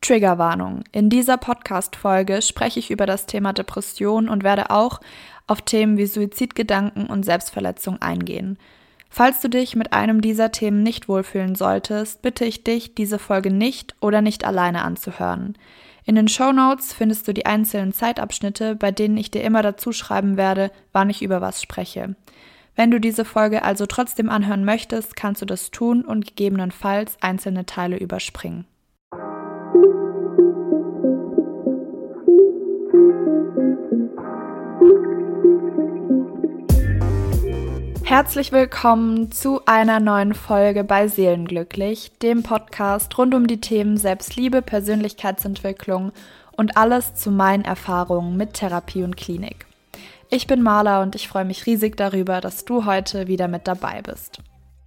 Triggerwarnung. In dieser Podcast-Folge spreche ich über das Thema Depression und werde auch auf Themen wie Suizidgedanken und Selbstverletzung eingehen. Falls du dich mit einem dieser Themen nicht wohlfühlen solltest, bitte ich dich, diese Folge nicht oder nicht alleine anzuhören. In den Shownotes findest du die einzelnen Zeitabschnitte, bei denen ich dir immer dazu schreiben werde, wann ich über was spreche. Wenn du diese Folge also trotzdem anhören möchtest, kannst du das tun und gegebenenfalls einzelne Teile überspringen. Herzlich willkommen zu einer neuen Folge bei Seelenglücklich, dem Podcast rund um die Themen Selbstliebe, Persönlichkeitsentwicklung und alles zu meinen Erfahrungen mit Therapie und Klinik. Ich bin Marla und ich freue mich riesig darüber, dass du heute wieder mit dabei bist.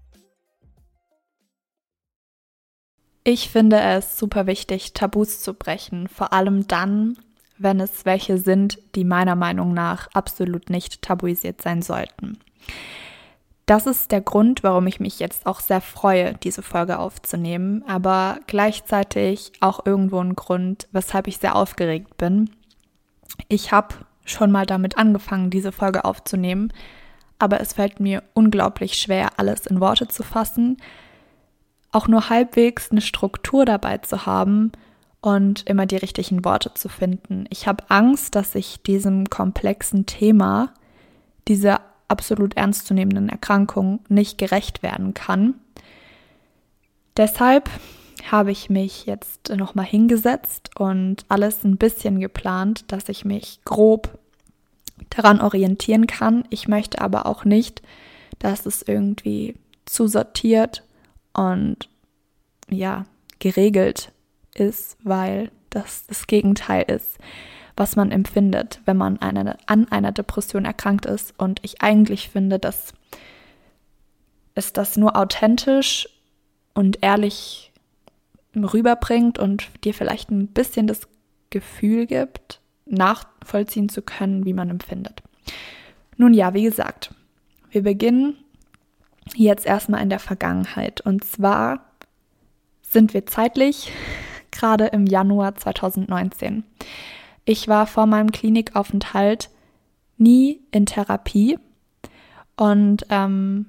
Ich finde es super wichtig, Tabus zu brechen, vor allem dann, wenn es welche sind, die meiner Meinung nach absolut nicht tabuisiert sein sollten. Das ist der Grund, warum ich mich jetzt auch sehr freue, diese Folge aufzunehmen, aber gleichzeitig auch irgendwo ein Grund, weshalb ich sehr aufgeregt bin. Ich habe schon mal damit angefangen, diese Folge aufzunehmen, aber es fällt mir unglaublich schwer, alles in Worte zu fassen, auch nur halbwegs eine Struktur dabei zu haben und immer die richtigen Worte zu finden. Ich habe Angst, dass ich diesem komplexen Thema, dieser absolut ernstzunehmenden Erkrankung nicht gerecht werden kann. Deshalb habe ich mich jetzt nochmal hingesetzt und alles ein bisschen geplant, dass ich mich grob daran orientieren kann. Ich möchte aber auch nicht, dass es irgendwie zu sortiert und geregelt ist, weil das Gegenteil ist, was man empfindet, wenn man an einer Depression erkrankt ist. Und ich eigentlich finde, dass es das nur authentisch und ehrlich rüberbringt und dir vielleicht ein bisschen das Gefühl gibt, nachvollziehen zu können, wie man empfindet. Nun ja, wie gesagt, wir beginnen jetzt erstmal in der Vergangenheit. Und zwar sind wir zeitlich gerade im Januar 2019. Ich war vor meinem Klinikaufenthalt nie in Therapie und im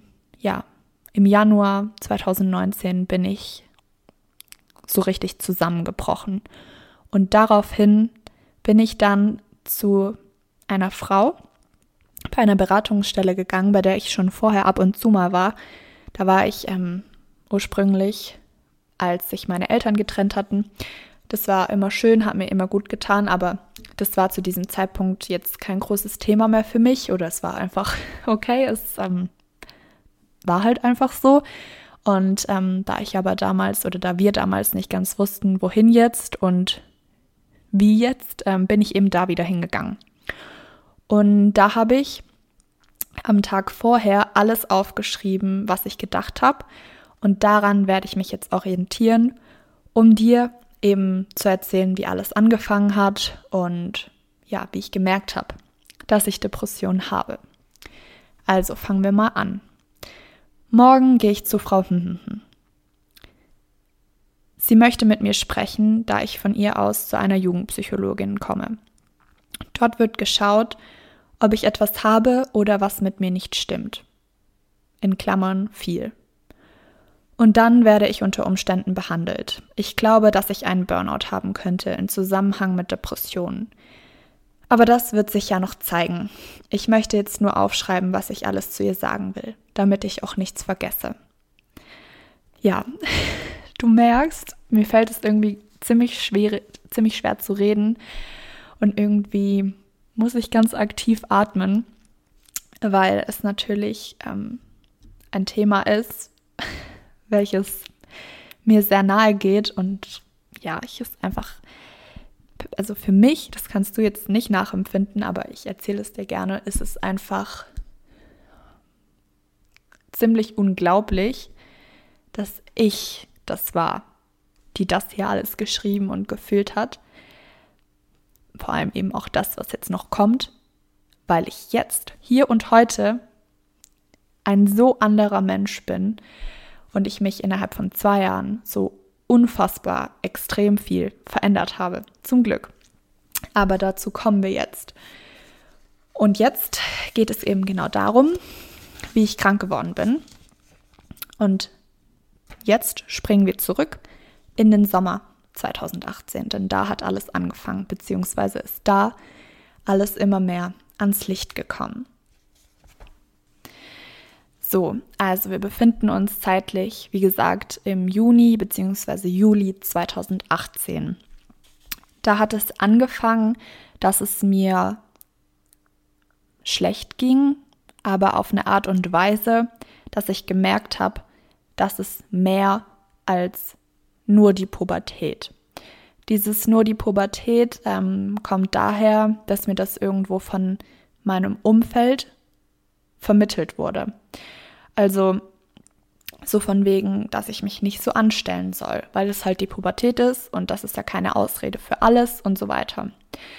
Januar 2019 bin ich so richtig zusammengebrochen. Und daraufhin bin ich dann zu einer Frau bei einer Beratungsstelle gegangen, bei der ich schon vorher ab und zu mal war. Da war ich ursprünglich, als sich meine Eltern getrennt hatten. Das war immer schön, hat mir immer gut getan, aber das war zu diesem Zeitpunkt jetzt kein großes Thema mehr für mich oder es war einfach okay, es war halt einfach so. Und da wir damals nicht ganz wussten, wohin jetzt und wie jetzt, bin ich eben da wieder hingegangen. Und da habe ich am Tag vorher alles aufgeschrieben, was ich gedacht habe. Und daran werde ich mich jetzt orientieren, um dir eben zu erzählen, wie alles angefangen hat und ja, wie ich gemerkt habe, dass ich Depressionen habe. Also fangen wir mal an. Morgen gehe ich zu Frau Sie möchte mit mir sprechen, da ich von ihr aus zu einer Jugendpsychologin komme. Dort wird geschaut, ob ich etwas habe oder was mit mir nicht stimmt. In Klammern viel. Und dann werde ich unter Umständen behandelt. Ich glaube, dass ich einen Burnout haben könnte in Zusammenhang mit Depressionen. Aber das wird sich ja noch zeigen. Ich möchte jetzt nur aufschreiben, was ich alles zu ihr sagen will, damit ich auch nichts vergesse. Ja, du merkst, mir fällt es irgendwie ziemlich schwer zu reden und irgendwie muss ich ganz aktiv atmen, weil es natürlich ein Thema ist, welches mir sehr nahe geht und ja, ich es einfach, also für mich, das kannst du jetzt nicht nachempfinden, aber ich erzähle es dir gerne, ist es einfach ziemlich unglaublich, dass ich das war, die das hier alles geschrieben und gefühlt hat. Vor allem eben auch das, was jetzt noch kommt, weil ich jetzt, hier und heute, ein so anderer Mensch bin und ich mich innerhalb von 2 Jahren so unfassbar extrem viel verändert habe, zum Glück. Aber dazu kommen wir jetzt. Und jetzt geht es eben genau darum, wie ich krank geworden bin. Und jetzt springen wir zurück in den Sommer 2018, denn da hat alles angefangen, beziehungsweise ist da alles immer mehr ans Licht gekommen. So, also wir befinden uns zeitlich, wie gesagt, im Juni bzw. Juli 2018. Da hat es angefangen, dass es mir schlecht ging, aber auf eine Art und Weise, dass ich gemerkt habe, dass es mehr als nur die Pubertät. Dieses nur die Pubertät kommt daher, dass mir das irgendwo von meinem Umfeld vermittelt wurde. Also so von wegen, dass ich mich nicht so anstellen soll, weil es halt die Pubertät ist und das ist ja keine Ausrede für alles und so weiter.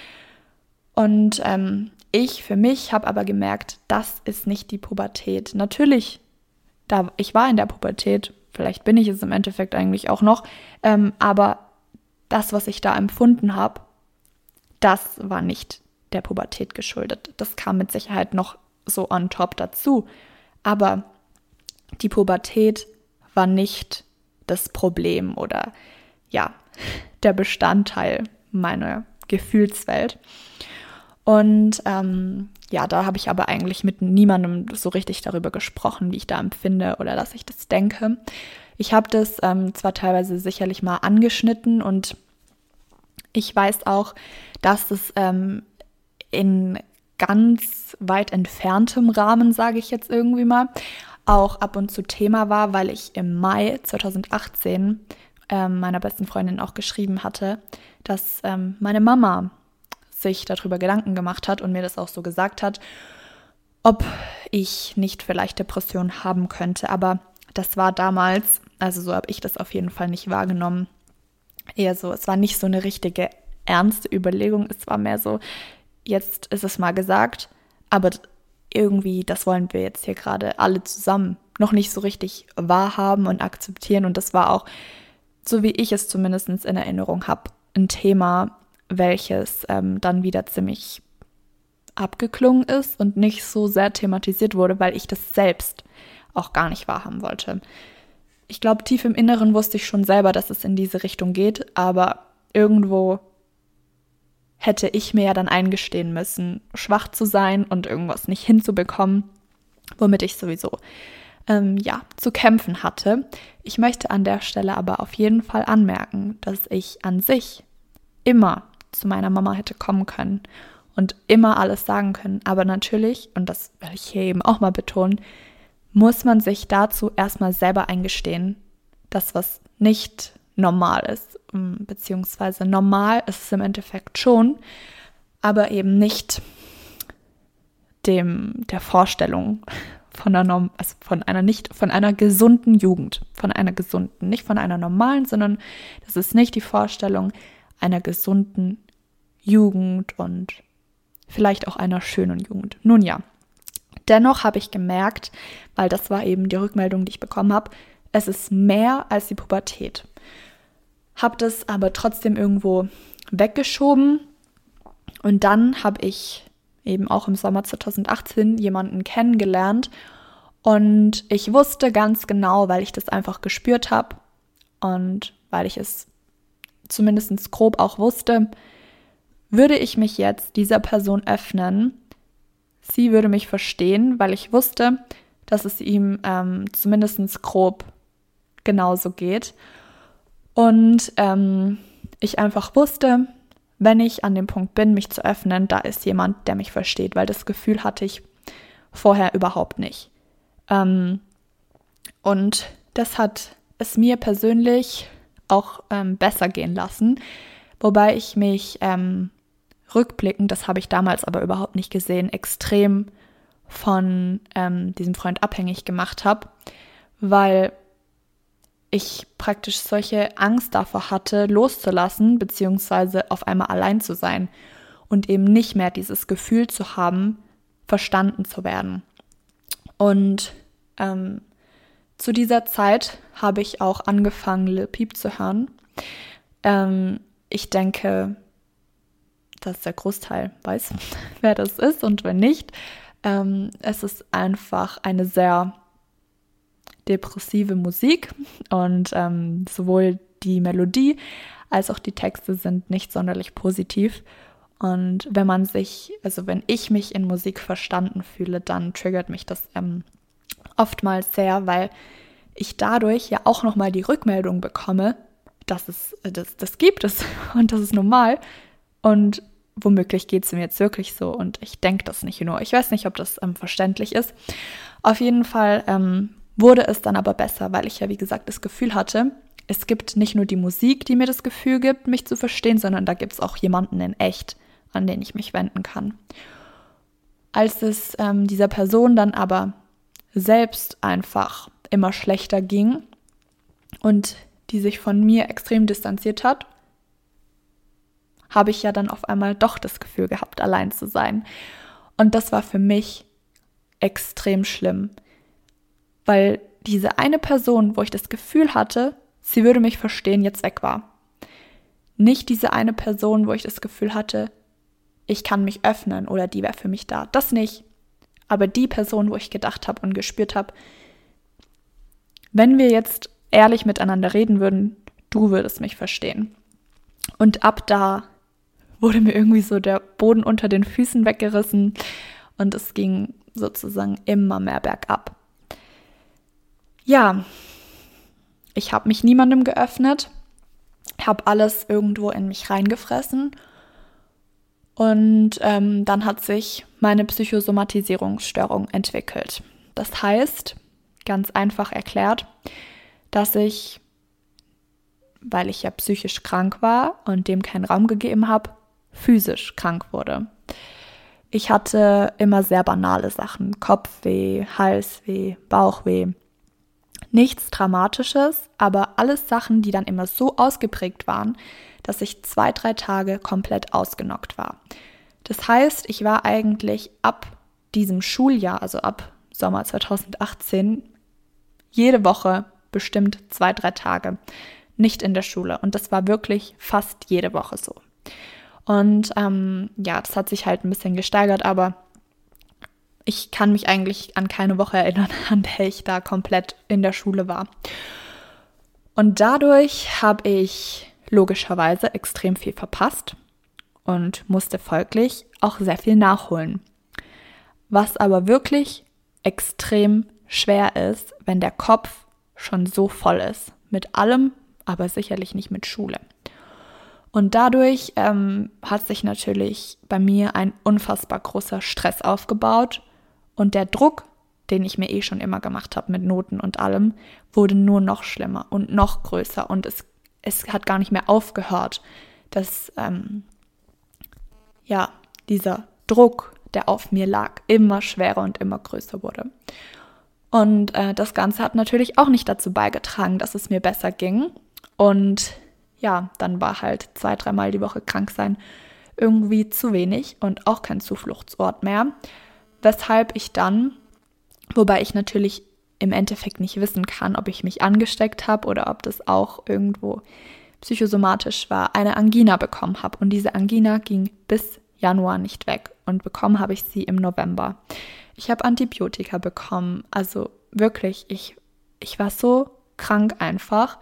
Und ich für mich habe aber gemerkt, das ist nicht die Pubertät. Natürlich, ich war in der Pubertät, vielleicht bin ich es im Endeffekt eigentlich auch noch, aber das, was ich da empfunden habe, das war nicht der Pubertät geschuldet. Das kam mit Sicherheit noch so on top dazu. Aber die Pubertät war nicht das Problem oder ja, der Bestandteil meiner Gefühlswelt. Und da habe ich aber eigentlich mit niemandem so richtig darüber gesprochen, wie ich da empfinde oder dass ich das denke. Ich habe das zwar teilweise sicherlich mal angeschnitten und ich weiß auch, dass es in ganz weit entferntem Rahmen, sage ich jetzt irgendwie mal, auch ab und zu Thema war, weil ich im Mai 2018 meiner besten Freundin auch geschrieben hatte, dass meine Mama sich darüber Gedanken gemacht hat und mir das auch so gesagt hat, ob ich nicht vielleicht Depressionen haben könnte. Aber das war damals, also so habe ich das auf jeden Fall nicht wahrgenommen, eher so, es war nicht so eine richtige ernste Überlegung, es war mehr so, jetzt ist es mal gesagt, aber irgendwie, das wollen wir jetzt hier gerade alle zusammen noch nicht so richtig wahrhaben und akzeptieren. Und das war auch, so wie ich es zumindest in Erinnerung habe, ein Thema, welches dann wieder ziemlich abgeklungen ist und nicht so sehr thematisiert wurde, weil ich das selbst auch gar nicht wahrhaben wollte. Ich glaube, tief im Inneren wusste ich schon selber, dass es in diese Richtung geht, aber irgendwo hätte ich mir ja dann eingestehen müssen, schwach zu sein und irgendwas nicht hinzubekommen, womit ich sowieso zu kämpfen hatte. Ich möchte an der Stelle aber auf jeden Fall anmerken, dass ich an sich immer zu meiner Mama hätte kommen können und immer alles sagen können. Aber natürlich, und das will ich hier eben auch mal betonen, muss man sich dazu erstmal selber eingestehen, dass was nicht normal ist, beziehungsweise normal ist es im Endeffekt schon, aber eben nicht der Vorstellung von einer gesunden Jugend, nicht von einer normalen, sondern das ist nicht die Vorstellung einer gesunden Jugend und vielleicht auch einer schönen Jugend. Nun ja, dennoch habe ich gemerkt, weil das war eben die Rückmeldung, die ich bekommen habe, es ist mehr als die Pubertät. Habe das aber trotzdem irgendwo weggeschoben und dann habe ich eben auch im Sommer 2018 jemanden kennengelernt und ich wusste ganz genau, weil ich das einfach gespürt habe und weil ich es zumindest grob auch wusste, würde ich mich jetzt dieser Person öffnen, sie würde mich verstehen, weil ich wusste, dass es ihm zumindest grob genauso geht. Und ich einfach wusste, wenn ich an dem Punkt bin, mich zu öffnen, da ist jemand, der mich versteht, weil das Gefühl hatte ich vorher überhaupt nicht. Und das hat es mir persönlich auch besser gehen lassen, wobei ich mich rückblickend, das habe ich damals aber überhaupt nicht gesehen, extrem von diesem Freund abhängig gemacht habe, weil ich praktisch solche Angst davor hatte, loszulassen, beziehungsweise auf einmal allein zu sein und eben nicht mehr dieses Gefühl zu haben, verstanden zu werden. Und zu dieser Zeit habe ich auch angefangen, Lil Peep zu hören. Ich denke, dass der Großteil weiß, wer das ist und wenn nicht. Es ist einfach eine sehr depressive Musik und sowohl die Melodie als auch die Texte sind nicht sonderlich positiv. Und wenn ich mich in Musik verstanden fühle, dann triggert mich das oftmals sehr, weil ich dadurch ja auch nochmal die Rückmeldung bekomme, dass das gibt es und das ist normal. Und womöglich geht es mir jetzt wirklich so und ich denke das nicht nur. Ich weiß nicht, ob das verständlich ist. Auf jeden Fall wurde es dann aber besser, weil ich ja, wie gesagt, das Gefühl hatte, es gibt nicht nur die Musik, die mir das Gefühl gibt, mich zu verstehen, sondern da gibt es auch jemanden in echt, an den ich mich wenden kann. Als es dieser Person dann aber selbst einfach immer schlechter ging und die sich von mir extrem distanziert hat, habe ich ja dann auf einmal doch das Gefühl gehabt, allein zu sein. Und das war für mich extrem schlimm, weil diese eine Person, wo ich das Gefühl hatte, sie würde mich verstehen, jetzt weg war. Nicht diese eine Person, wo ich das Gefühl hatte, ich kann mich öffnen oder die wäre für mich da. Das nicht. Aber die Person, wo ich gedacht habe und gespürt habe, wenn wir jetzt ehrlich miteinander reden würden, du würdest mich verstehen. Und ab da wurde mir irgendwie so der Boden unter den Füßen weggerissen und es ging sozusagen immer mehr bergab. Ja, ich habe mich niemandem geöffnet, habe alles irgendwo in mich reingefressen und dann hat sich meine Psychosomatisierungsstörung entwickelt. Das heißt, ganz einfach erklärt, dass ich, weil ich ja psychisch krank war und dem keinen Raum gegeben habe, physisch krank wurde. Ich hatte immer sehr banale Sachen, Kopfweh, Halsweh, Bauchweh. Nichts Dramatisches, aber alles Sachen, die dann immer so ausgeprägt waren, dass ich 2-3 Tage komplett ausgenockt war. Das heißt, ich war eigentlich ab diesem Schuljahr, also ab Sommer 2018, jede Woche bestimmt 2-3 Tage nicht in der Schule. Und das war wirklich fast jede Woche so. Und das hat sich halt ein bisschen gesteigert, aber ich kann mich eigentlich an keine Woche erinnern, an der ich da komplett in der Schule war. Und dadurch habe ich logischerweise extrem viel verpasst und musste folglich auch sehr viel nachholen. Was aber wirklich extrem schwer ist, wenn der Kopf schon so voll ist. Mit allem, aber sicherlich nicht mit Schule. Und dadurch hat sich natürlich bei mir ein unfassbar großer Stress aufgebaut und der Druck, den ich mir schon immer gemacht habe mit Noten und allem, wurde nur noch schlimmer und noch größer und es hat gar nicht mehr aufgehört, dass dieser Druck, der auf mir lag, immer schwerer und immer größer wurde. Und das Ganze hat natürlich auch nicht dazu beigetragen, dass es mir besser ging. Und ja, dann war halt 2-3 Mal die Woche krank sein irgendwie zu wenig und auch kein Zufluchtsort mehr. Weshalb ich dann, wobei ich natürlich im Endeffekt nicht wissen kann, ob ich mich angesteckt habe oder ob das auch irgendwo psychosomatisch war, eine Angina bekommen habe. Und diese Angina ging bis Januar nicht weg und bekommen habe ich sie im November. Ich habe Antibiotika bekommen, also wirklich, ich war so krank einfach,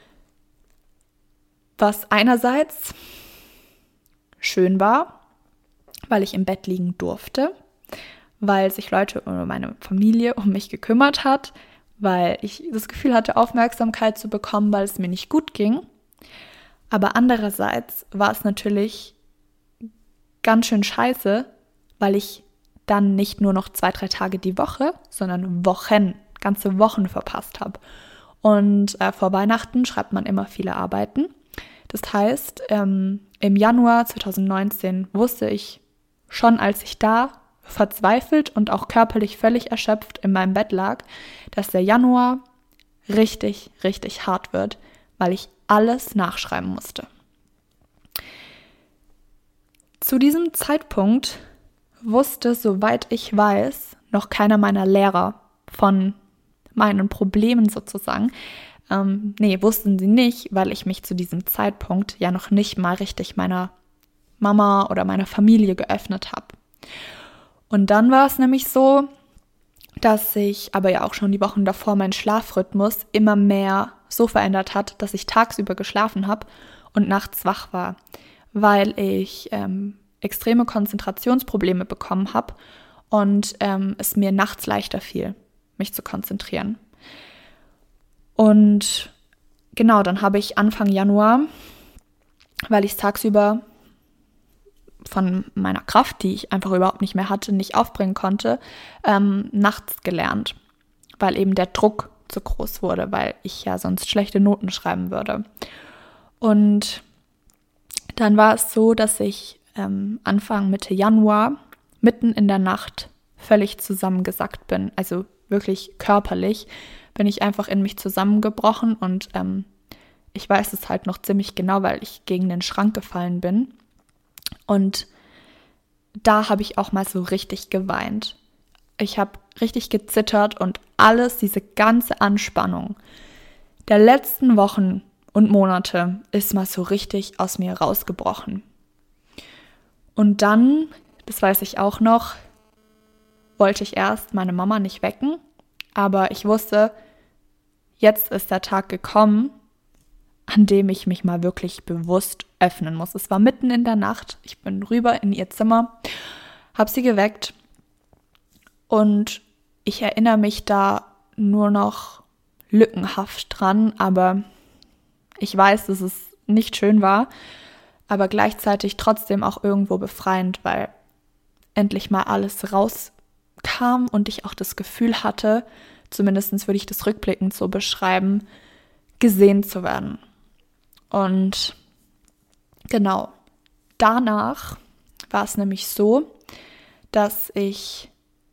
was einerseits schön war, weil ich im Bett liegen durfte, weil sich Leute oder meine Familie um mich gekümmert hat, weil ich das Gefühl hatte, Aufmerksamkeit zu bekommen, weil es mir nicht gut ging. Aber andererseits war es natürlich ganz schön scheiße, weil ich dann nicht nur noch 2-3 Tage die Woche, sondern ganze Wochen verpasst habe. Und vor Weihnachten schreibt man immer viele Arbeiten. Das heißt, im Januar 2019 wusste ich schon, als ich da verzweifelt und auch körperlich völlig erschöpft in meinem Bett lag, dass der Januar richtig, richtig hart wird, weil ich alles nachschreiben musste. Zu diesem Zeitpunkt wusste, soweit ich weiß, noch keiner meiner Lehrer von meinen Problemen sozusagen. Wussten sie nicht, weil ich mich zu diesem Zeitpunkt ja noch nicht mal richtig meiner Mama oder meiner Familie geöffnet habe. Und dann war es nämlich so, dass sich aber ja auch schon die Wochen davor mein Schlafrhythmus immer mehr so verändert hat, dass ich tagsüber geschlafen habe und nachts wach war, weil ich extreme Konzentrationsprobleme bekommen habe und es mir nachts leichter fiel, mich zu konzentrieren. Und genau, dann habe ich Anfang Januar, weil ich es tagsüber von meiner Kraft, die ich einfach überhaupt nicht mehr hatte, nicht aufbringen konnte, nachts gelernt, weil eben der Druck zu groß wurde, weil ich ja sonst schlechte Noten schreiben würde. Und dann war es so, dass ich Anfang Mitte Januar mitten in der Nacht völlig zusammengesackt bin, also wirklich körperlich bin ich einfach in mich zusammengebrochen und ich weiß es halt noch ziemlich genau, weil ich gegen den Schrank gefallen bin. Und da habe ich auch mal so richtig geweint. Ich habe richtig gezittert und diese ganze Anspannung der letzten Wochen und Monate ist mal so richtig aus mir rausgebrochen. Und dann, das weiß ich auch noch, wollte ich erst meine Mama nicht wecken, aber ich wusste, jetzt ist der Tag gekommen, an dem ich mich mal wirklich bewusst öffnen muss. Es war mitten in der Nacht. Ich bin rüber in ihr Zimmer, habe sie geweckt und ich erinnere mich da nur noch lückenhaft dran, aber ich weiß, dass es nicht schön war, aber gleichzeitig trotzdem auch irgendwo befreiend, weil endlich mal alles rauskam und ich auch das Gefühl hatte, zumindest würde ich das rückblickend so beschreiben, gesehen zu werden. Und genau, danach war es nämlich so, dass ich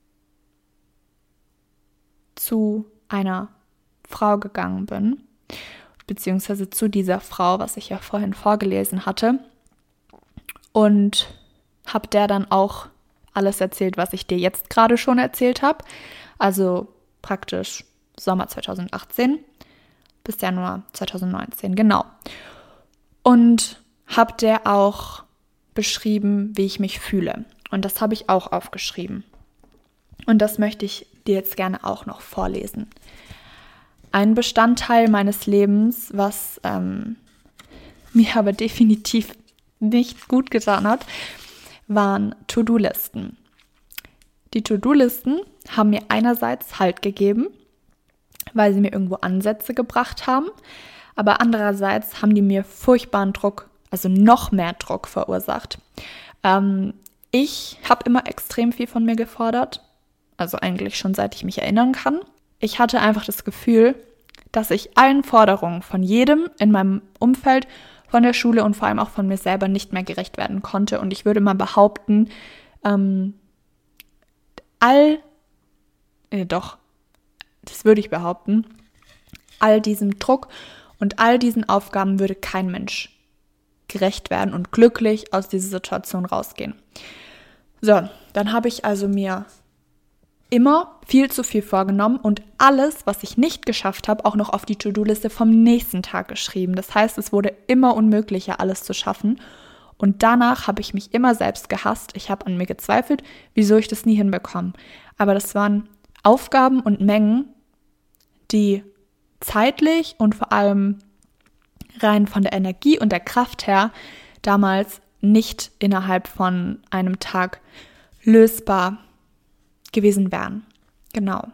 zu einer Frau gegangen bin, beziehungsweise zu dieser Frau, was ich ja vorhin vorgelesen hatte, und habe der dann auch alles erzählt, was ich dir jetzt gerade schon erzählt habe, also praktisch Sommer 2018 bis Januar 2019, genau. Und habe der auch beschrieben, wie ich mich fühle. Und das habe ich auch aufgeschrieben. Und das möchte ich dir jetzt gerne auch noch vorlesen. Ein Bestandteil meines Lebens, was mir aber definitiv nicht gut getan hat, waren To-Do-Listen. Die To-Do-Listen haben mir einerseits Halt gegeben, weil sie mir irgendwo Ansätze gebracht haben, aber andererseits haben die mir furchtbaren Druck, also noch mehr Druck verursacht. Ich habe immer extrem viel von mir gefordert, also eigentlich schon seit ich mich erinnern kann. Ich hatte einfach das Gefühl, dass ich allen Forderungen von jedem in meinem Umfeld, von der Schule und vor allem auch von mir selber nicht mehr gerecht werden konnte. Und ich würde mal behaupten, das würde ich behaupten, all diesem Druck und all diesen Aufgaben würde kein Mensch gerecht werden und glücklich aus dieser Situation rausgehen. So, dann habe ich also mir immer viel zu viel vorgenommen und alles, was ich nicht geschafft habe, auch noch auf die To-Do-Liste vom nächsten Tag geschrieben. Das heißt, es wurde immer unmöglicher, alles zu schaffen. Und danach habe ich mich immer selbst gehasst. Ich habe an mir gezweifelt, wieso ich das nie hinbekomme. Aber das waren Aufgaben und Mengen, die zeitlich und vor allem rein von der Energie und der Kraft her damals nicht innerhalb von einem Tag lösbar gewesen wären. Genau.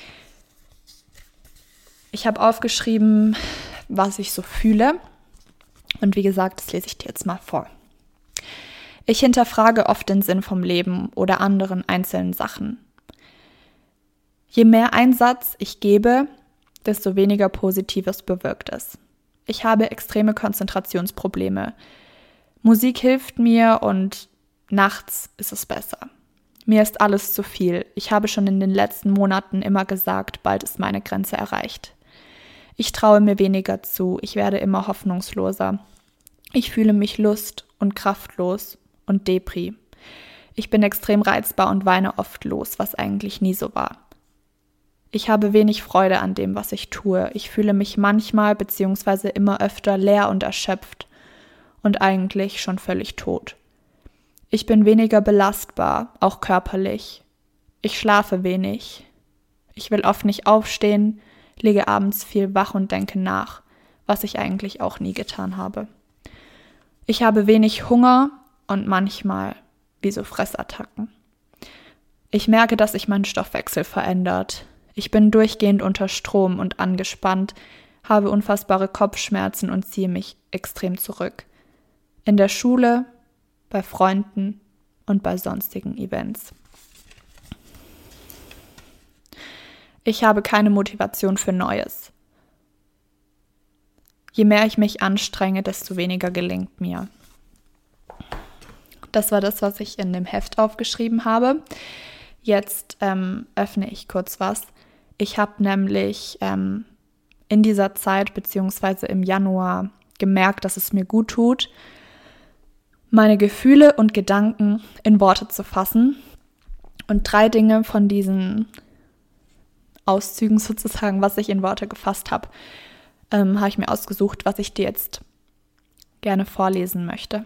Ich habe aufgeschrieben, was ich so fühle. Und wie gesagt, das lese ich dir jetzt mal vor. Ich hinterfrage oft den Sinn vom Leben oder anderen einzelnen Sachen. Je mehr Einsatz ich gebe, desto weniger Positives bewirkt es. Ich habe extreme Konzentrationsprobleme. Musik hilft mir und nachts ist es besser. Mir ist alles zu viel. Ich habe schon in den letzten Monaten immer gesagt, bald ist meine Grenze erreicht. Ich traue mir weniger zu. Ich werde immer hoffnungsloser. Ich fühle mich lust- und kraftlos und Depri. Ich bin extrem reizbar und weine oft los, was eigentlich nie so war. Ich habe wenig Freude an dem, was ich tue. Ich fühle mich manchmal bzw. immer öfter leer und erschöpft und eigentlich schon völlig tot. Ich bin weniger belastbar, auch körperlich. Ich schlafe wenig. Ich will oft nicht aufstehen, liege abends viel wach und denke nach, was ich eigentlich auch nie getan habe. Ich habe wenig Hunger und manchmal wie so Fressattacken. Ich merke, dass sich mein Stoffwechsel verändert. Ich bin durchgehend unter Strom und angespannt, habe unfassbare Kopfschmerzen und ziehe mich extrem zurück. In der Schule, bei Freunden und bei sonstigen Events. Ich habe keine Motivation für Neues. Je mehr ich mich anstrenge, desto weniger gelingt mir. Das war das, was ich in dem Heft aufgeschrieben habe. Jetzt öffne ich kurz was. Ich habe nämlich in dieser Zeit bzw. im Januar gemerkt, dass es mir gut tut, meine Gefühle und Gedanken in Worte zu fassen. Und 3 Dinge von diesen Auszügen sozusagen, was ich in Worte gefasst habe, habe ich mir ausgesucht, was ich dir jetzt gerne vorlesen möchte.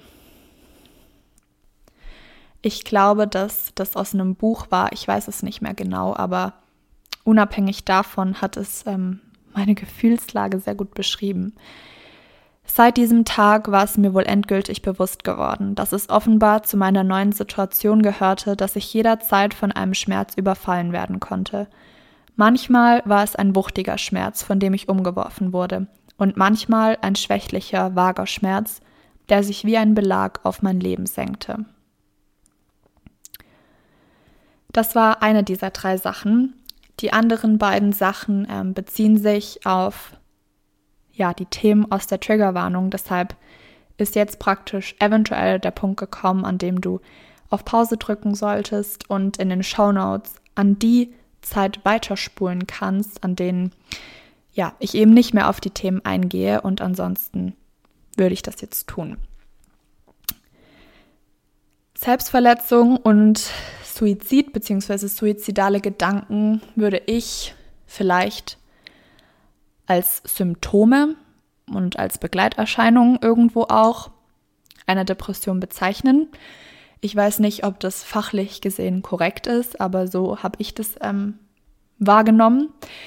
Ich glaube, dass das aus einem Buch war, ich weiß es nicht mehr genau, aber unabhängig davon hat es meine Gefühlslage sehr gut beschrieben. Seit diesem Tag war es mir wohl endgültig bewusst geworden, dass es offenbar zu meiner neuen Situation gehörte, dass ich jederzeit von einem Schmerz überfallen werden konnte. Manchmal war es ein wuchtiger Schmerz, von dem ich umgeworfen wurde, und manchmal ein schwächlicher, vager Schmerz, der sich wie ein Belag auf mein Leben senkte. Das war eine dieser 3 Sachen. Die anderen beiden Sachen beziehen sich auf die Themen aus der Triggerwarnung. Deshalb ist jetzt praktisch eventuell der Punkt gekommen, an dem du auf Pause drücken solltest und in den Shownotes an die Zeit weiterspulen kannst, an denen ich eben nicht mehr auf die Themen eingehe, und ansonsten würde ich das jetzt tun. Selbstverletzung und Suizid bzw. suizidale Gedanken würde ich vielleicht als Symptome und als Begleiterscheinung irgendwo auch einer Depression bezeichnen. Ich weiß nicht, ob das fachlich gesehen korrekt ist, aber so habe ich das wahrgenommen.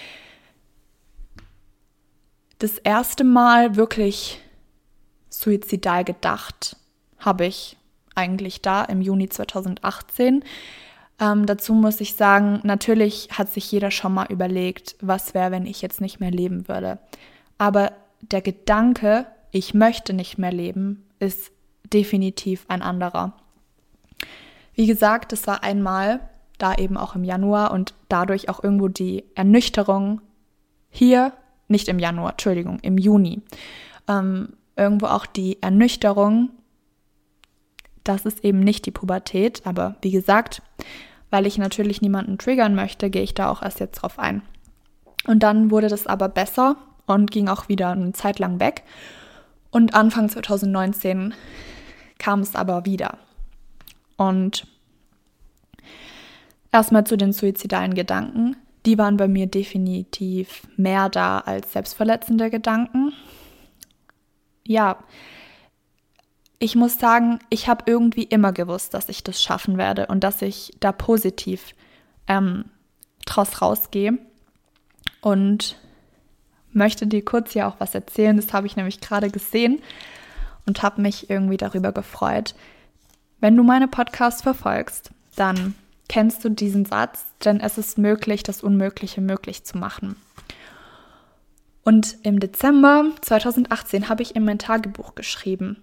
Das erste Mal wirklich suizidal gedacht habe ich eigentlich da im Juni 2018. Dazu muss ich sagen, natürlich hat sich jeder schon mal überlegt, was wäre, wenn ich jetzt nicht mehr leben würde. Aber der Gedanke, ich möchte nicht mehr leben, ist definitiv ein anderer. Wie gesagt, es war einmal, da eben auch im Januar, und dadurch auch irgendwo die Ernüchterung hier, nicht im Januar, Entschuldigung, im Juni, irgendwo auch die Ernüchterung, das ist eben nicht die Pubertät, aber wie gesagt, weil ich natürlich niemanden triggern möchte, gehe ich da auch erst jetzt drauf ein. Und dann wurde das aber besser und ging auch wieder eine Zeit lang weg. Und Anfang 2019 kam es aber wieder. Und erstmal zu den suizidalen Gedanken. Die waren bei mir definitiv mehr da als selbstverletzende Gedanken. Ja, ich muss sagen, ich habe irgendwie immer gewusst, dass ich das schaffen werde und dass ich da positiv draus rausgehe. Und möchte dir kurz hier auch was erzählen. Das habe ich nämlich gerade gesehen und habe mich irgendwie darüber gefreut. Wenn du meine Podcasts verfolgst, dann kennst du diesen Satz, denn es ist möglich, das Unmögliche möglich zu machen. Und im Dezember 2018 habe ich in mein Tagebuch geschrieben.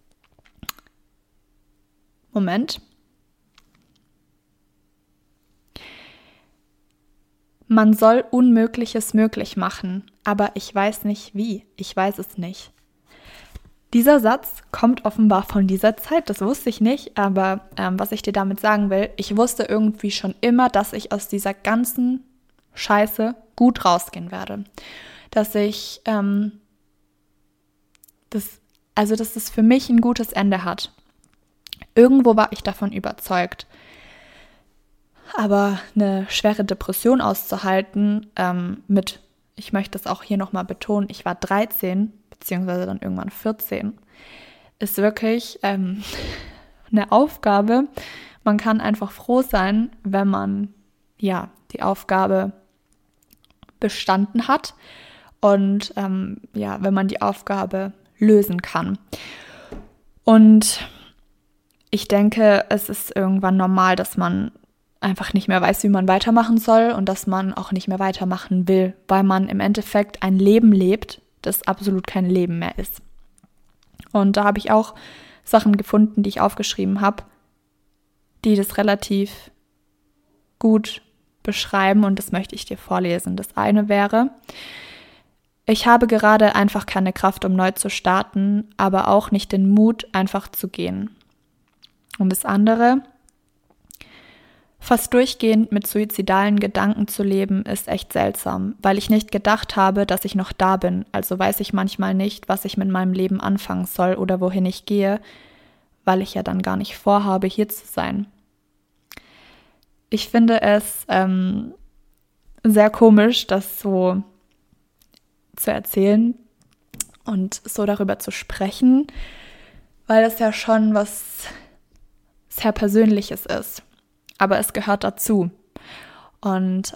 Moment. Man soll Unmögliches möglich machen, aber ich weiß nicht wie. Ich weiß es nicht. Dieser Satz kommt offenbar von dieser Zeit, das wusste ich nicht, aber was ich dir damit sagen will, ich wusste irgendwie schon immer, dass ich aus dieser ganzen Scheiße gut rausgehen werde. Dass ich, dass es für mich ein gutes Ende hat. Irgendwo war ich davon überzeugt. Aber eine schwere Depression auszuhalten, ich möchte das auch hier nochmal betonen, ich war 13, beziehungsweise dann irgendwann 14, ist wirklich eine Aufgabe. Man kann einfach froh sein, wenn man die Aufgabe bestanden hat und wenn man die Aufgabe lösen kann. Und ich denke, es ist irgendwann normal, dass man einfach nicht mehr weiß, wie man weitermachen soll und dass man auch nicht mehr weitermachen will, weil man im Endeffekt ein Leben lebt, das absolut kein Leben mehr ist. Und da habe ich auch Sachen gefunden, die ich aufgeschrieben habe, die das relativ gut beschreiben und das möchte ich dir vorlesen. Das eine wäre: Ich habe gerade einfach keine Kraft, um neu zu starten, aber auch nicht den Mut, einfach zu gehen. Und das andere: Fast durchgehend mit suizidalen Gedanken zu leben, ist echt seltsam, weil ich nicht gedacht habe, dass ich noch da bin. Also weiß ich manchmal nicht, was ich mit meinem Leben anfangen soll oder wohin ich gehe, weil ich ja dann gar nicht vorhabe, hier zu sein. Ich finde es sehr komisch, das so zu erzählen und so darüber zu sprechen, weil es ja schon was sehr Persönliches ist. Aber es gehört dazu. Und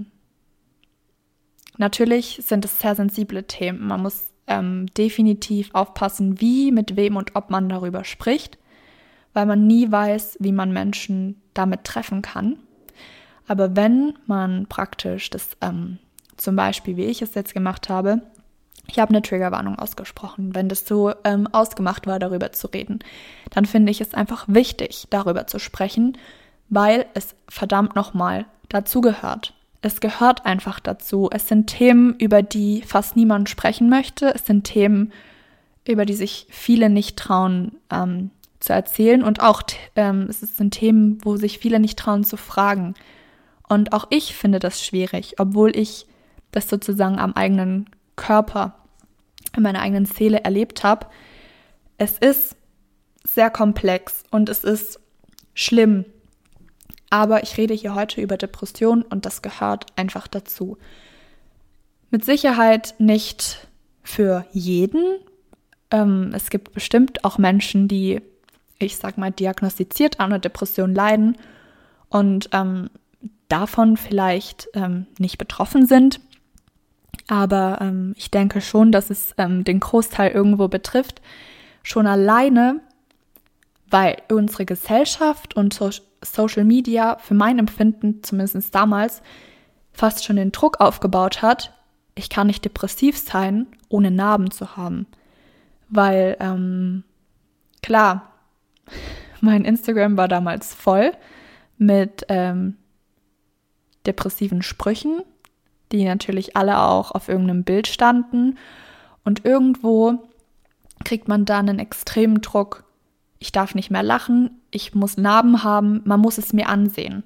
natürlich sind es sehr sensible Themen. Man muss definitiv aufpassen, wie, mit wem und ob man darüber spricht, weil man nie weiß, wie man Menschen damit treffen kann. Aber wenn man praktisch das zum Beispiel, wie ich es jetzt gemacht habe, ich habe eine Triggerwarnung ausgesprochen, wenn das so ausgemacht war, darüber zu reden, dann finde ich es einfach wichtig, darüber zu sprechen, weil es verdammt nochmal dazugehört. Es gehört einfach dazu. Es sind Themen, über die fast niemand sprechen möchte. Es sind Themen, über die sich viele nicht trauen zu erzählen. Und auch es sind Themen, wo sich viele nicht trauen zu fragen. Und auch ich finde das schwierig, obwohl ich das sozusagen am eigenen Körper, in meiner eigenen Seele erlebt habe. Es ist sehr komplex und es ist schlimm. Aber ich rede hier heute über Depressionen und das gehört einfach dazu. Mit Sicherheit nicht für jeden. Es gibt bestimmt auch Menschen, die, ich sag mal, diagnostiziert an einer Depression leiden und davon vielleicht nicht betroffen sind. Aber ich denke schon, dass es den Großteil irgendwo betrifft. Schon alleine, weil unsere Gesellschaft und Social Media für mein Empfinden, zumindest damals, fast schon den Druck aufgebaut hat, ich kann nicht depressiv sein, ohne Narben zu haben. Weil, klar, mein Instagram war damals voll mit depressiven Sprüchen, die natürlich alle auch auf irgendeinem Bild standen. Und irgendwo kriegt man dann einen extremen Druck. Ich darf nicht mehr lachen, ich muss Narben haben, man muss es mir ansehen.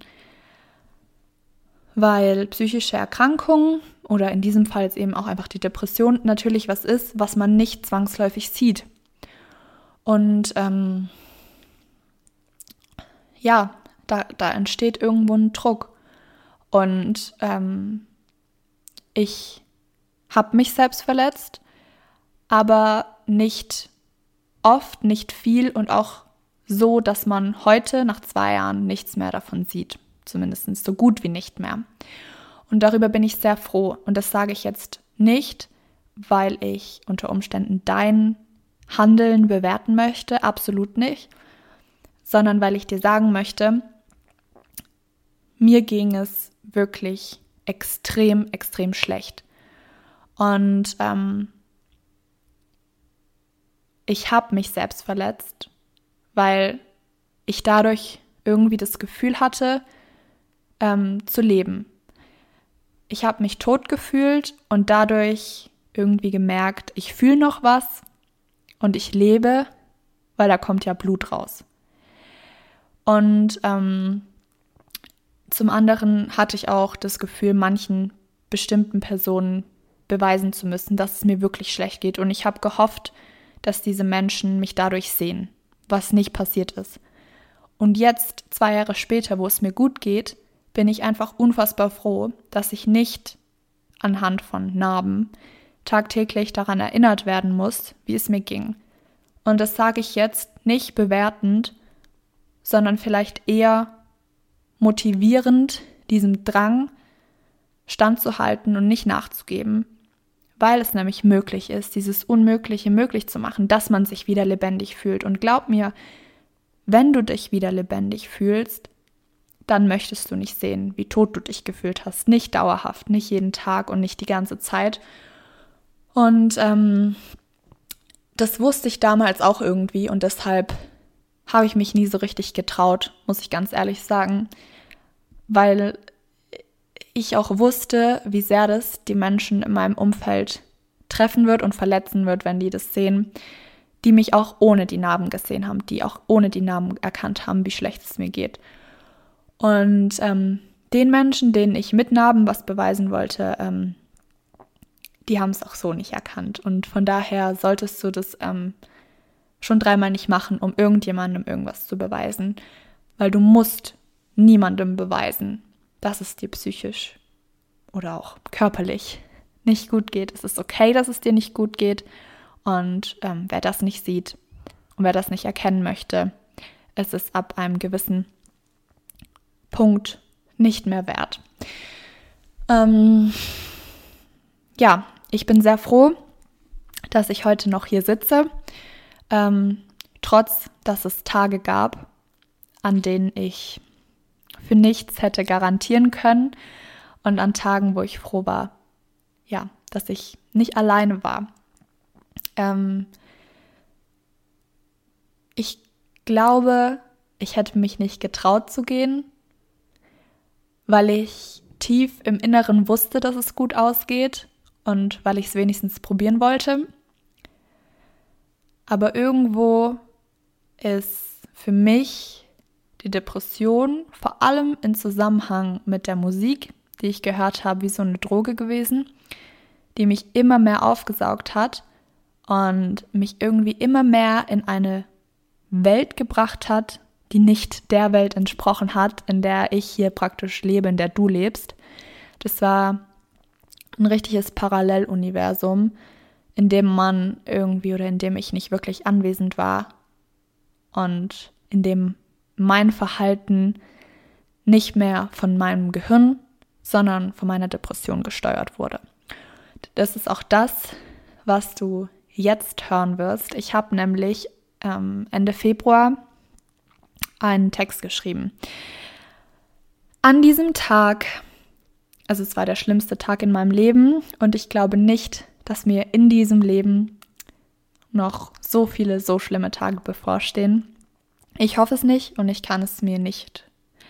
Weil psychische Erkrankungen oder in diesem Fall jetzt eben auch einfach die Depression natürlich was ist, was man nicht zwangsläufig sieht. Und da entsteht irgendwo ein Druck. Und ich habe mich selbst verletzt, aber nicht oft, nicht viel und auch so, dass man heute nach 2 Jahren nichts mehr davon sieht. Zumindest so gut wie nicht mehr. Und darüber bin ich sehr froh. Und das sage ich jetzt nicht, weil ich unter Umständen dein Handeln bewerten möchte, absolut nicht, sondern weil ich dir sagen möchte, mir ging es wirklich extrem, extrem schlecht. Und ich habe mich selbst verletzt, weil ich dadurch irgendwie das Gefühl hatte, zu leben. Ich habe mich tot gefühlt und dadurch irgendwie gemerkt, ich fühle noch was und ich lebe, weil da kommt ja Blut raus. Und zum anderen hatte ich auch das Gefühl, manchen bestimmten Personen beweisen zu müssen, dass es mir wirklich schlecht geht. Und ich habe gehofft, dass diese Menschen mich dadurch sehen, was nicht passiert ist. Und jetzt, 2 Jahre später, wo es mir gut geht, bin ich einfach unfassbar froh, dass ich nicht anhand von Narben tagtäglich daran erinnert werden muss, wie es mir ging. Und das sage ich jetzt nicht bewertend, sondern vielleicht eher motivierend, diesem Drang standzuhalten und nicht nachzugeben, weil es nämlich möglich ist, dieses Unmögliche möglich zu machen, dass man sich wieder lebendig fühlt. Und glaub mir, wenn du dich wieder lebendig fühlst, dann möchtest du nicht sehen, wie tot du dich gefühlt hast. Nicht dauerhaft, nicht jeden Tag und nicht die ganze Zeit. Und das wusste ich damals auch irgendwie und deshalb habe ich mich nie so richtig getraut, muss ich ganz ehrlich sagen, weil ich auch wusste, wie sehr das die Menschen in meinem Umfeld treffen wird und verletzen wird, wenn die das sehen, die mich auch ohne die Narben gesehen haben, die auch ohne die Narben erkannt haben, wie schlecht es mir geht. Und den Menschen, denen ich mit Narben was beweisen wollte, die haben es auch so nicht erkannt. Und von daher solltest du das schon 3-mal nicht machen, um irgendjemandem irgendwas zu beweisen, weil du musst niemandem beweisen, dass es dir psychisch oder auch körperlich nicht gut geht. Es ist okay, dass es dir nicht gut geht. Und wer das nicht sieht und wer das nicht erkennen möchte, es ist ab einem gewissen Punkt nicht mehr wert. Ja, ich bin sehr froh, dass ich heute noch hier sitze, trotz dass es Tage gab, an denen ich für nichts hätte garantieren können und an Tagen, wo ich froh war, ja, dass ich nicht alleine war. Ich glaube, ich hätte mich nicht getraut zu gehen, weil ich tief im Inneren wusste, dass es gut ausgeht und weil ich es wenigstens probieren wollte. Aber irgendwo ist für mich die Depression vor allem in Zusammenhang mit der Musik, die ich gehört habe, wie so eine Droge gewesen, die mich immer mehr aufgesaugt hat und mich irgendwie immer mehr in eine Welt gebracht hat, die nicht der Welt entsprochen hat, in der ich hier praktisch lebe, in der du lebst. Das war ein richtiges Paralleluniversum, in dem man irgendwie oder in dem ich nicht wirklich anwesend war und in dem mein Verhalten nicht mehr von meinem Gehirn, sondern von meiner Depression gesteuert wurde. Das ist auch das, was du jetzt hören wirst. Ich habe nämlich Ende Februar einen Text geschrieben. An diesem Tag, also es war der schlimmste Tag in meinem Leben und ich glaube nicht, dass mir in diesem Leben noch so viele, so schlimme Tage bevorstehen. Ich hoffe es nicht und ich kann es mir nicht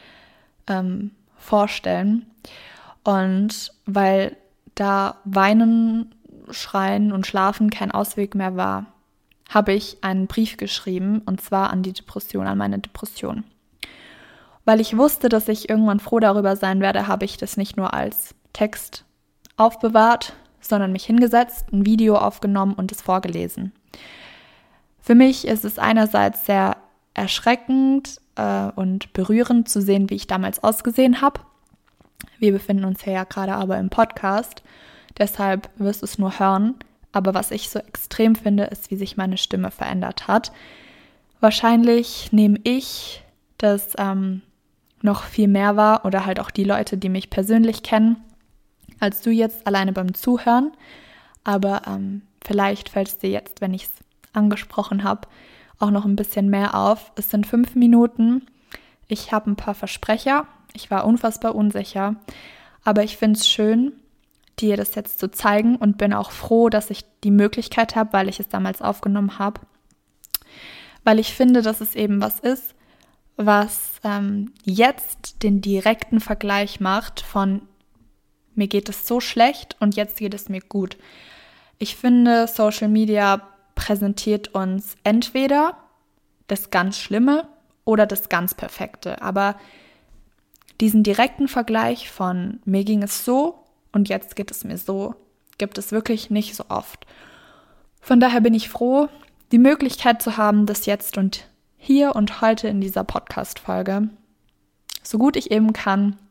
vorstellen. Und weil da Weinen, Schreien und Schlafen kein Ausweg mehr war, habe ich einen Brief geschrieben, und zwar an die Depression, an meine Depression. Weil ich wusste, dass ich irgendwann froh darüber sein werde, habe ich das nicht nur als Text aufbewahrt, sondern mich hingesetzt, ein Video aufgenommen und es vorgelesen. Für mich ist es einerseits sehr erschreckend und berührend zu sehen, wie ich damals ausgesehen habe. Wir befinden uns ja gerade aber im Podcast, deshalb wirst du es nur hören. Aber was ich so extrem finde, ist, wie sich meine Stimme verändert hat. Wahrscheinlich nehme ich das noch viel mehr wahr oder halt auch die Leute, die mich persönlich kennen, als du jetzt alleine beim Zuhören. Aber vielleicht fällt es dir jetzt, wenn ich es angesprochen habe, auch noch ein bisschen mehr auf. Es sind 5 Minuten. Ich habe ein paar Versprecher. Ich war unfassbar unsicher. Aber ich finde es schön, dir das jetzt zu zeigen und bin auch froh, dass ich die Möglichkeit habe, weil ich es damals aufgenommen habe. Weil ich finde, dass es eben was ist, was jetzt den direkten Vergleich macht von mir geht es so schlecht und jetzt geht es mir gut. Ich finde, Social Media präsentiert uns entweder das ganz Schlimme oder das ganz Perfekte. Aber diesen direkten Vergleich von mir ging es so und jetzt geht es mir so, gibt es wirklich nicht so oft. Von daher bin ich froh, die Möglichkeit zu haben, das jetzt und hier und heute in dieser Podcast-Folge, so gut ich eben kann,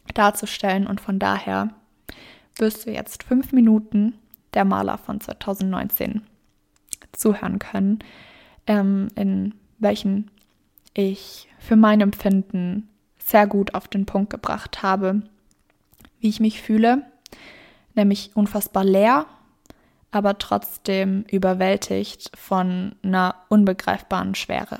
darzustellen. Und von daher wirst du jetzt 5 Minuten der Maler von 2019 zuhören können, in welchen ich für mein Empfinden sehr gut auf den Punkt gebracht habe, wie ich mich fühle, nämlich unfassbar leer, aber trotzdem überwältigt von einer unbegreifbaren Schwere.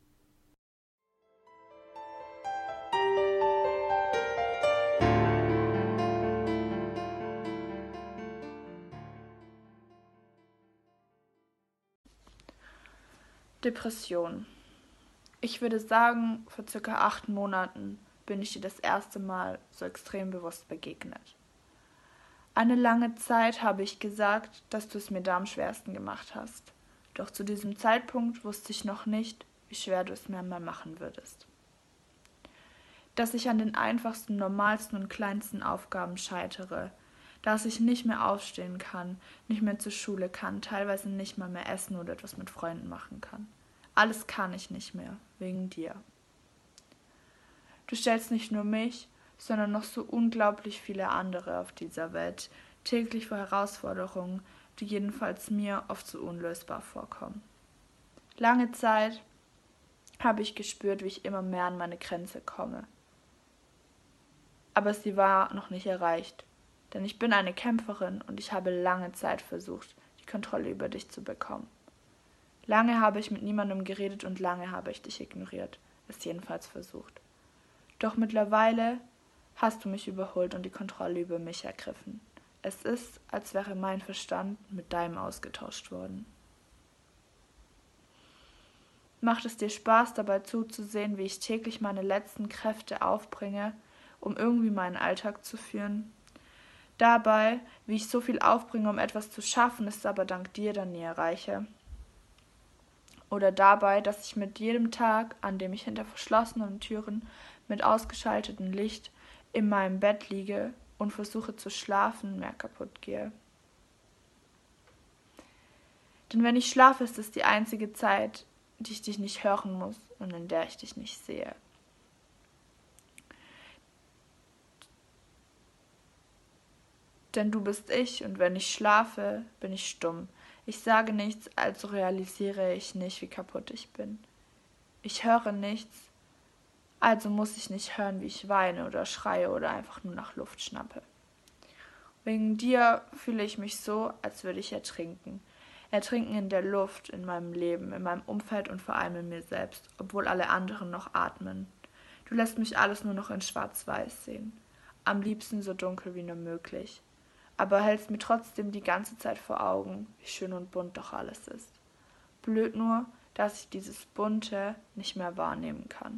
Depression. Ich würde sagen, vor circa 8 Monaten bin ich dir das erste Mal so extrem bewusst begegnet. Eine lange Zeit habe ich gesagt, dass du es mir da am schwersten gemacht hast. Doch zu diesem Zeitpunkt wusste ich noch nicht, wie schwer du es mir einmal machen würdest. Dass ich an den einfachsten, normalsten und kleinsten Aufgaben scheitere. Dass ich nicht mehr aufstehen kann, nicht mehr zur Schule kann, teilweise nicht mal mehr essen oder etwas mit Freunden machen kann. Alles kann ich nicht mehr, wegen dir. Du stellst nicht nur mich, sondern noch so unglaublich viele andere auf dieser Welt täglich vor Herausforderungen, die jedenfalls mir oft so unlösbar vorkommen. Lange Zeit habe ich gespürt, wie ich immer mehr an meine Grenze komme. Aber sie war noch nicht erreicht, denn ich bin eine Kämpferin und ich habe lange Zeit versucht, die Kontrolle über dich zu bekommen. Lange habe ich mit niemandem geredet und lange habe ich dich ignoriert, es jedenfalls versucht. Doch mittlerweile hast du mich überholt und die Kontrolle über mich ergriffen. Es ist, als wäre mein Verstand mit deinem ausgetauscht worden. Macht es dir Spaß, dabei zuzusehen, wie ich täglich meine letzten Kräfte aufbringe, um irgendwie meinen Alltag zu führen? Dabei, wie ich so viel aufbringe, um etwas zu schaffen, es aber dank dir dann nie erreiche? Oder dabei, dass ich mit jedem Tag, an dem ich hinter verschlossenen Türen mit ausgeschaltetem Licht in meinem Bett liege und versuche zu schlafen, mehr kaputt gehe. Denn wenn ich schlafe, ist es die einzige Zeit, die ich dich nicht hören muss und in der ich dich nicht sehe. Denn du bist ich und wenn ich schlafe, bin ich stumm. Ich sage nichts, also realisiere ich nicht, wie kaputt ich bin. Ich höre nichts, also muss ich nicht hören, wie ich weine oder schreie oder einfach nur nach Luft schnappe. Wegen dir fühle ich mich so, als würde ich ertrinken. Ertrinken in der Luft, in meinem Leben, in meinem Umfeld und vor allem in mir selbst, obwohl alle anderen noch atmen. Du lässt mich alles nur noch in schwarz-weiß sehen. Am liebsten so dunkel wie nur möglich. Aber hältst mir trotzdem die ganze Zeit vor Augen, wie schön und bunt doch alles ist. Blöd nur, dass ich dieses Bunte nicht mehr wahrnehmen kann.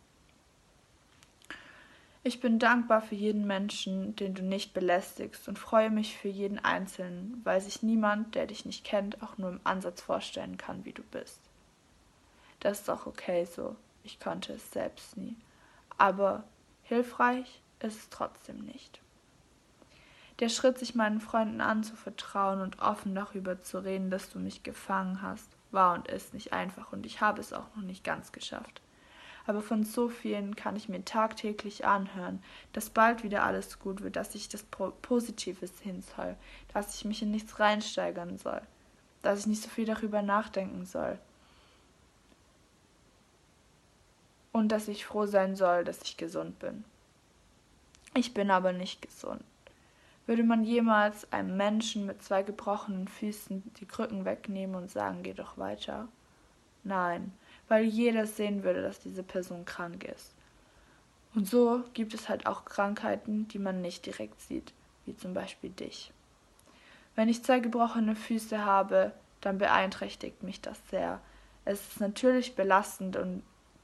Ich bin dankbar für jeden Menschen, den du nicht belästigst und freue mich für jeden Einzelnen, weil sich niemand, der dich nicht kennt, auch nur im Ansatz vorstellen kann, wie du bist. Das ist auch okay so, ich konnte es selbst nie. Aber hilfreich ist es trotzdem nicht. Der Schritt, sich meinen Freunden anzuvertrauen und offen darüber zu reden, dass du mich gefangen hast, war und ist nicht einfach und ich habe es auch noch nicht ganz geschafft. Aber von so vielen kann ich mir tagtäglich anhören, dass bald wieder alles gut wird, dass ich das Positives hin soll, dass ich mich in nichts reinsteigern soll, dass ich nicht so viel darüber nachdenken soll. Und dass ich froh sein soll, dass ich gesund bin. Ich bin aber nicht gesund. Würde man jemals einem Menschen mit 2 gebrochenen Füßen die Krücken wegnehmen und sagen, geh doch weiter? Nein, weil jeder sehen würde, dass diese Person krank ist. Und so gibt es halt auch Krankheiten, die man nicht direkt sieht, wie zum Beispiel dich. Wenn ich 2 gebrochene Füße habe, dann beeinträchtigt mich das sehr. Es ist natürlich belastend und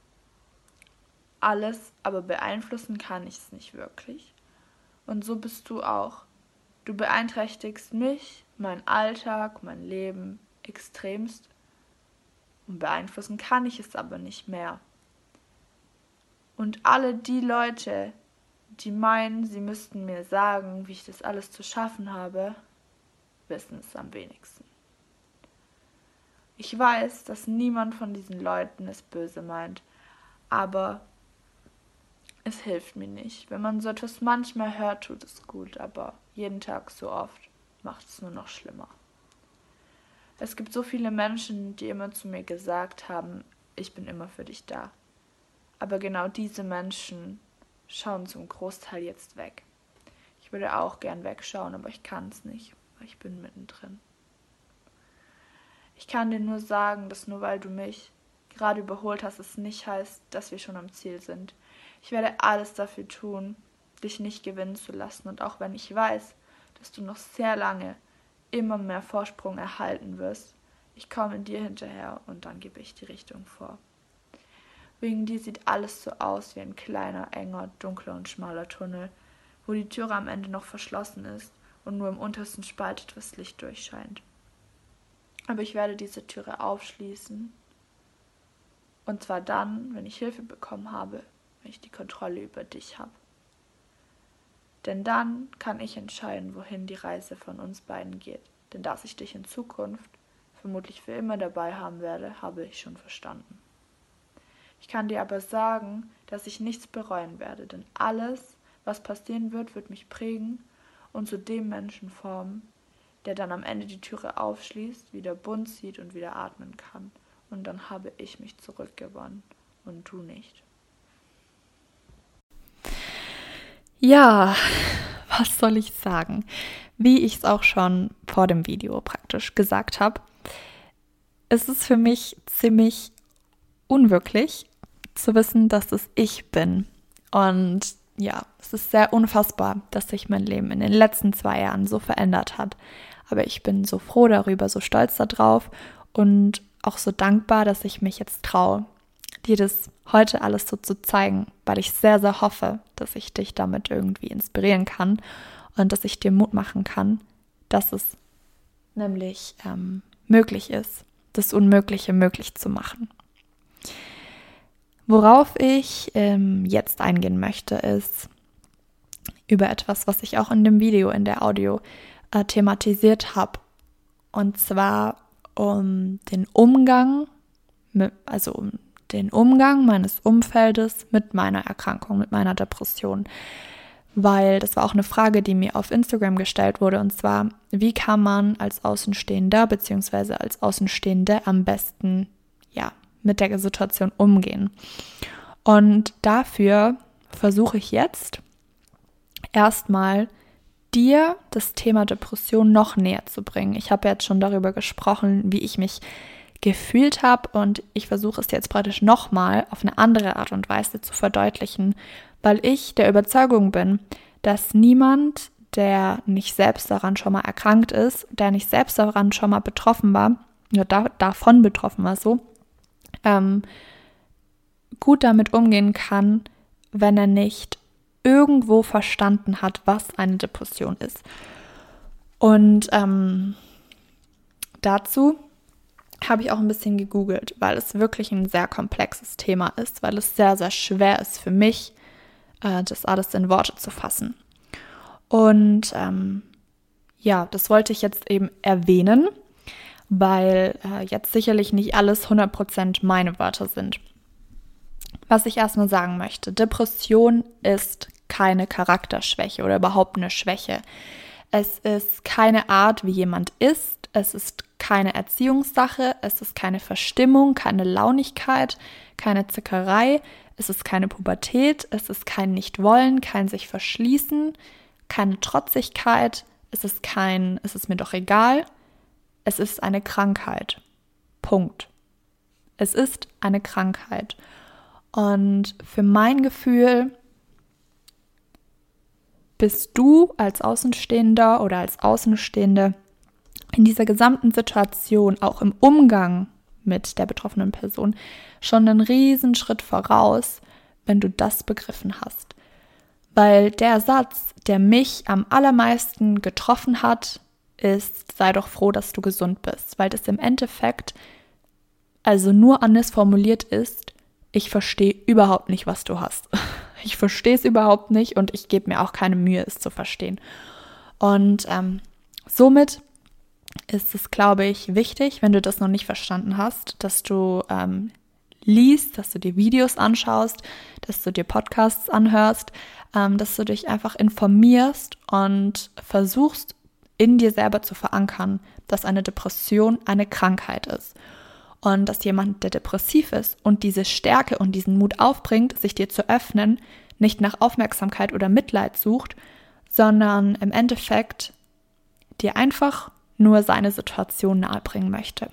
alles, aber beeinflussen kann ich es nicht wirklich. Und so bist du auch. Du beeinträchtigst mich, meinen Alltag, mein Leben extremst. Und beeinflussen kann ich es aber nicht mehr. Und alle die Leute, die meinen, sie müssten mir sagen, wie ich das alles zu schaffen habe, wissen es am wenigsten. Ich weiß, dass niemand von diesen Leuten es böse meint, aber es hilft mir nicht. Wenn man so etwas manchmal hört, tut es gut, aber jeden Tag so oft macht es nur noch schlimmer. Es gibt so viele Menschen, die immer zu mir gesagt haben, ich bin immer für dich da. Aber genau diese Menschen schauen zum Großteil jetzt weg. Ich würde auch gern wegschauen, aber ich kann es nicht, weil ich bin mittendrin. Ich kann dir nur sagen, dass nur weil du mich gerade überholt hast, es nicht heißt, dass wir schon am Ziel sind. Ich werde alles dafür tun, dich nicht gewinnen zu lassen. Und auch wenn ich weiß, dass du noch sehr lange immer mehr Vorsprung erhalten wirst, ich komme dir hinterher und dann gebe ich die Richtung vor. Wegen dir sieht alles so aus wie ein kleiner, enger, dunkler und schmaler Tunnel, wo die Türe am Ende noch verschlossen ist und nur im untersten Spalt etwas Licht durchscheint. Aber ich werde diese Türe aufschließen. Und zwar dann, wenn ich Hilfe bekommen habe, wenn ich die Kontrolle über dich habe. Denn dann kann ich entscheiden, wohin die Reise von uns beiden geht. Denn dass ich dich in Zukunft vermutlich für immer dabei haben werde, habe ich schon verstanden. Ich kann dir aber sagen, dass ich nichts bereuen werde, denn alles, was passieren wird, wird mich prägen und zu dem Menschen formen, der dann am Ende die Türe aufschließt, wieder bunt sieht und wieder atmen kann. Und dann habe ich mich zurückgewonnen und du nicht. Ja, was soll ich sagen? Wie ich es auch schon vor dem Video praktisch gesagt habe, ist es für mich ziemlich unwirklich zu wissen, dass es ich bin. Und ja, es ist sehr unfassbar, dass sich mein Leben in den letzten 2 Jahren so verändert hat. Aber ich bin so froh darüber, so stolz darauf und auch so dankbar, dass ich mich jetzt traue, dir das heute alles so zu zeigen, weil ich sehr, sehr hoffe, dass ich dich damit irgendwie inspirieren kann und dass ich dir Mut machen kann, dass es nämlich möglich ist, das Unmögliche möglich zu machen. Worauf ich jetzt eingehen möchte, ist über etwas, was ich auch in dem Video, in der Audio thematisiert habe. Und zwar um den Umgang meines Umfeldes mit meiner Erkrankung, mit meiner Depression. Weil das war auch eine Frage, die mir auf Instagram gestellt wurde. Und zwar, wie kann man als Außenstehender bzw. als Außenstehende am besten mit der Situation umgehen? Und dafür versuche ich jetzt erstmal dir das Thema Depression noch näher zu bringen. Ich habe jetzt schon darüber gesprochen, wie ich mich gefühlt habe und ich versuche es jetzt praktisch nochmal auf eine andere Art und Weise zu verdeutlichen, weil ich der Überzeugung bin, dass niemand, der nicht selbst daran schon mal erkrankt ist, der nicht selbst daran schon mal betroffen war, davon betroffen war gut damit umgehen kann, wenn er nicht irgendwo verstanden hat, was eine Depression ist. Und dazu habe ich auch ein bisschen gegoogelt, weil es wirklich ein sehr komplexes Thema ist, weil es sehr, sehr schwer ist für mich, das alles in Worte zu fassen. Und das wollte ich jetzt eben erwähnen, weil jetzt sicherlich nicht alles 100% meine Wörter sind. Was ich erstmal sagen möchte, Depression ist keine Charakterschwäche oder überhaupt eine Schwäche. Es ist keine Art, wie jemand ist. Es ist keine Erziehungssache. Es ist keine Verstimmung, keine Launigkeit, keine Zickerei. Es ist keine Pubertät. Es ist kein Nichtwollen, kein sich verschließen, keine Trotzigkeit. Es ist mir doch egal. Es ist eine Krankheit. Punkt. Es ist eine Krankheit. Und für mein Gefühl bist du als Außenstehender oder als Außenstehende in dieser gesamten Situation, auch im Umgang mit der betroffenen Person, schon einen riesen Schritt voraus, wenn du das begriffen hast. Weil der Satz, der mich am allermeisten getroffen hat, ist, sei doch froh, dass du gesund bist, weil das im Endeffekt also nur anders formuliert ist, ich verstehe überhaupt nicht, was du hast. Ich verstehe es überhaupt nicht und ich gebe mir auch keine Mühe, es zu verstehen. Und somit ist es, glaube ich, wichtig, wenn du das noch nicht verstanden hast, dass du liest, dass du dir Videos anschaust, dass du dir Podcasts anhörst, dass du dich einfach informierst und versuchst, in dir selber zu verankern, dass eine Depression eine Krankheit ist. Und dass jemand, der depressiv ist und diese Stärke und diesen Mut aufbringt, sich dir zu öffnen, nicht nach Aufmerksamkeit oder Mitleid sucht, sondern im Endeffekt dir einfach nur seine Situation nahebringen möchte.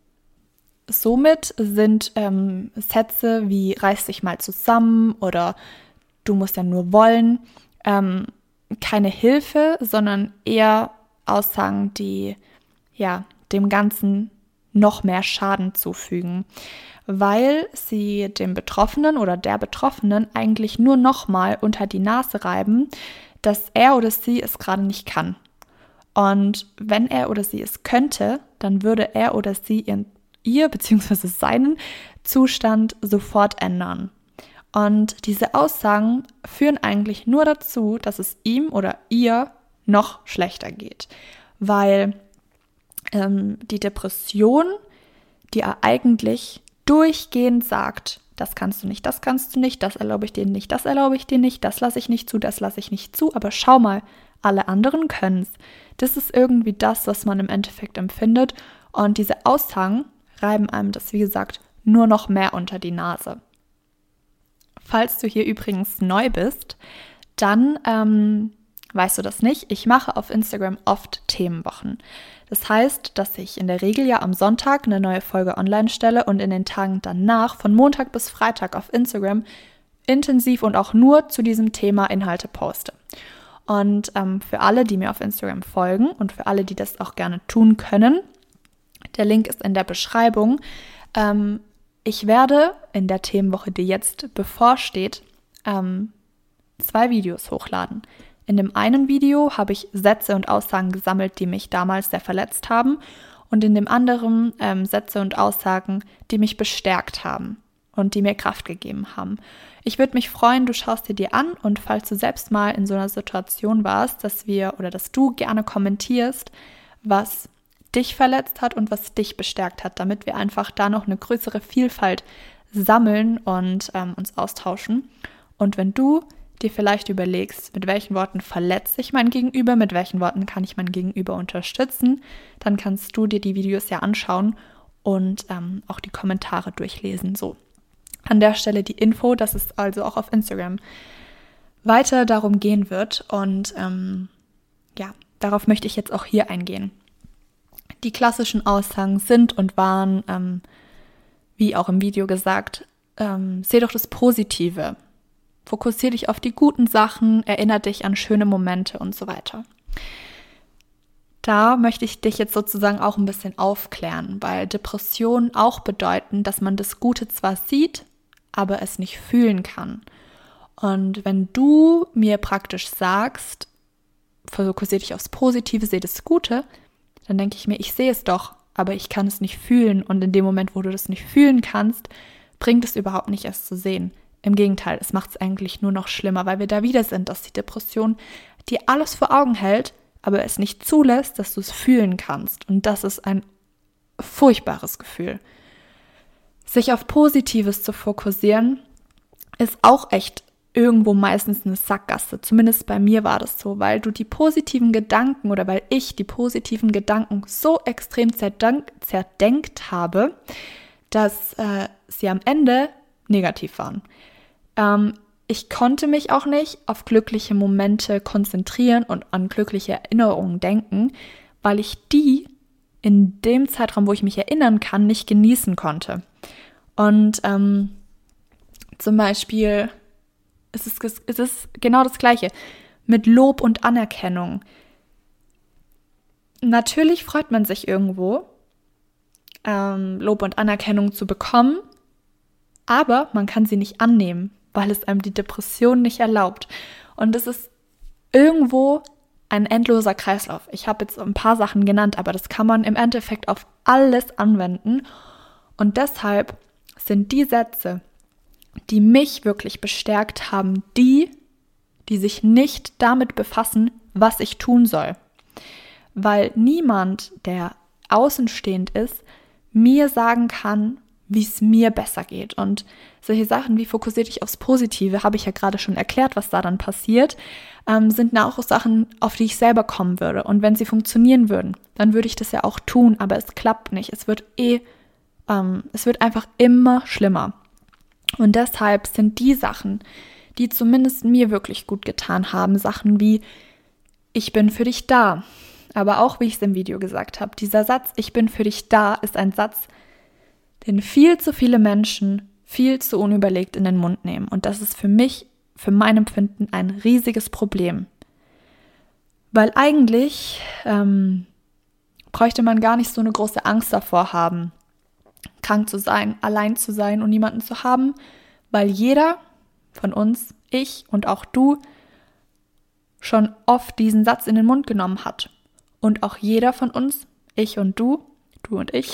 Somit sind Sätze wie reiß dich mal zusammen oder du musst ja nur wollen, keine Hilfe, sondern eher Aussagen, die dem Ganzen noch mehr Schaden zufügen, weil sie dem Betroffenen oder der Betroffenen eigentlich nur nochmal unter die Nase reiben, dass er oder sie es gerade nicht kann. Und wenn er oder sie es könnte, dann würde er oder sie ihr bzw. seinen Zustand sofort ändern. Und diese Aussagen führen eigentlich nur dazu, dass es ihm oder ihr noch schlechter geht, weil die Depression dir eigentlich durchgehend sagt, das kannst du nicht, das erlaube ich dir nicht, das erlaube ich dir nicht, das lasse ich nicht zu, das lasse ich nicht zu, aber schau mal, alle anderen können es. Das ist irgendwie das, was man im Endeffekt empfindet und diese Aussagen reiben einem das, wie gesagt, nur noch mehr unter die Nase. Falls du hier übrigens neu bist, dann weißt du das nicht, ich mache auf Instagram oft Themenwochen. Das heißt, dass ich in der Regel ja am Sonntag eine neue Folge online stelle und in den Tagen danach von Montag bis Freitag auf Instagram intensiv und auch nur zu diesem Thema Inhalte poste. Und für alle, die mir auf Instagram folgen und für alle, die das auch gerne tun können, der Link ist in der Beschreibung. Ich werde in der Themenwoche, die jetzt bevorsteht, 2 Videos hochladen. In dem einen Video habe ich Sätze und Aussagen gesammelt, die mich damals sehr verletzt haben. Und in dem anderen Sätze und Aussagen, die mich bestärkt haben und die mir Kraft gegeben haben. Ich würde mich freuen, du schaust dir die an und falls du selbst mal in so einer Situation warst, dass du gerne kommentierst, was dich verletzt hat und was dich bestärkt hat, damit wir einfach da noch eine größere Vielfalt sammeln und uns austauschen. Und wenn du dir vielleicht überlegst, mit welchen Worten verletze ich mein Gegenüber, mit welchen Worten kann ich mein Gegenüber unterstützen, dann kannst du dir die Videos ja anschauen und auch die Kommentare durchlesen. So, an der Stelle die Info, dass es also auch auf Instagram weiter darum gehen wird und darauf möchte ich jetzt auch hier eingehen. Die klassischen Aussagen sind und waren, wie auch im Video gesagt, seh doch das Positive. Fokussiere dich auf die guten Sachen, erinnere dich an schöne Momente und so weiter. Da möchte ich dich jetzt sozusagen auch ein bisschen aufklären, weil Depressionen auch bedeuten, dass man das Gute zwar sieht, aber es nicht fühlen kann. Und wenn du mir praktisch sagst, fokussiere dich aufs Positive, sehe das Gute, dann denke ich mir, ich sehe es doch, aber ich kann es nicht fühlen. Und in dem Moment, wo du das nicht fühlen kannst, bringt es überhaupt nicht, es zu sehen. Im Gegenteil, es macht es eigentlich nur noch schlimmer, weil wir da wieder sind, dass die Depression dir alles vor Augen hält, aber es nicht zulässt, dass du es fühlen kannst. Und das ist ein furchtbares Gefühl. Sich auf Positives zu fokussieren, ist auch echt irgendwo meistens eine Sackgasse. Zumindest bei mir war das so, weil du die positiven Gedanken oder weil ich die positiven Gedanken so extrem zerdenkt habe, dass sie am Ende negativ waren. Ich konnte mich auch nicht auf glückliche Momente konzentrieren und an glückliche Erinnerungen denken, weil ich die in dem Zeitraum, wo ich mich erinnern kann, nicht genießen konnte. Und zum Beispiel es ist genau das Gleiche mit Lob und Anerkennung. Natürlich freut man sich irgendwo, Lob und Anerkennung zu bekommen, aber man kann sie nicht annehmen, weil es einem die Depression nicht erlaubt. Und es ist irgendwo ein endloser Kreislauf. Ich habe jetzt ein paar Sachen genannt, aber das kann man im Endeffekt auf alles anwenden. Und deshalb sind die Sätze, die mich wirklich bestärkt haben, die sich nicht damit befassen, was ich tun soll. Weil niemand, der außenstehend ist, mir sagen kann, wie es mir besser geht. Und solche Sachen wie fokussier dich aufs Positive, habe ich ja gerade schon erklärt, was da dann passiert, sind auch Sachen, auf die ich selber kommen würde. Und wenn sie funktionieren würden, dann würde ich das ja auch tun, aber es klappt nicht. Es wird einfach immer schlimmer. Und deshalb sind die Sachen, die zumindest mir wirklich gut getan haben, Sachen wie, ich bin für dich da. Aber auch, wie ich es im Video gesagt habe, dieser Satz, ich bin für dich da, ist ein Satz, den viel zu viele Menschen viel zu unüberlegt in den Mund nehmen. Und das ist für mich, für mein Empfinden, ein riesiges Problem. Weil eigentlich bräuchte man gar nicht so eine große Angst davor haben, krank zu sein, allein zu sein und niemanden zu haben, weil jeder von uns, ich und auch du, schon oft diesen Satz in den Mund genommen hat. Und auch jeder von uns, ich und du und ich,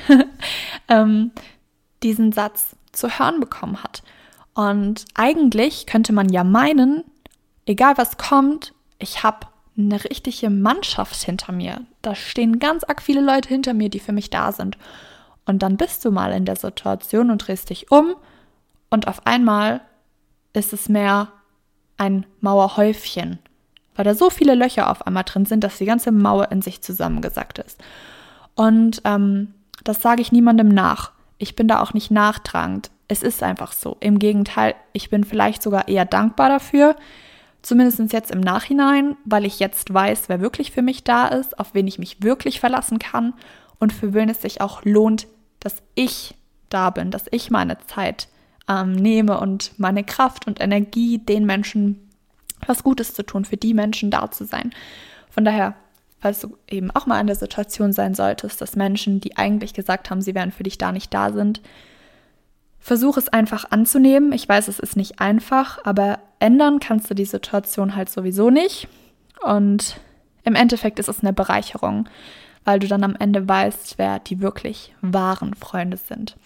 diesen Satz zu hören bekommen hat. Und eigentlich könnte man ja meinen, egal was kommt, ich habe eine richtige Mannschaft hinter mir. Da stehen ganz arg viele Leute hinter mir, die für mich da sind. Und dann bist du mal in der Situation und drehst dich um und auf einmal ist es mehr ein Mauerhäufchen, weil da so viele Löcher auf einmal drin sind, dass die ganze Mauer in sich zusammengesackt ist. Und das sage ich niemandem nach. Ich bin da auch nicht nachtragend. Es ist einfach so. Im Gegenteil, ich bin vielleicht sogar eher dankbar dafür, zumindest jetzt im Nachhinein, weil ich jetzt weiß, wer wirklich für mich da ist, auf wen ich mich wirklich verlassen kann und für wen es sich auch lohnt, dass ich da bin, dass ich meine Zeit nehme und meine Kraft und Energie, den Menschen was Gutes zu tun, für die Menschen da zu sein. Von daher, falls du eben auch mal in der Situation sein solltest, dass Menschen, die eigentlich gesagt haben, sie wären für dich da, nicht da sind, versuch es einfach anzunehmen. Ich weiß, es ist nicht einfach, aber ändern kannst du die Situation halt sowieso nicht. Und im Endeffekt ist es eine Bereicherung, weil du dann am Ende weißt, wer die wirklich wahren Freunde sind.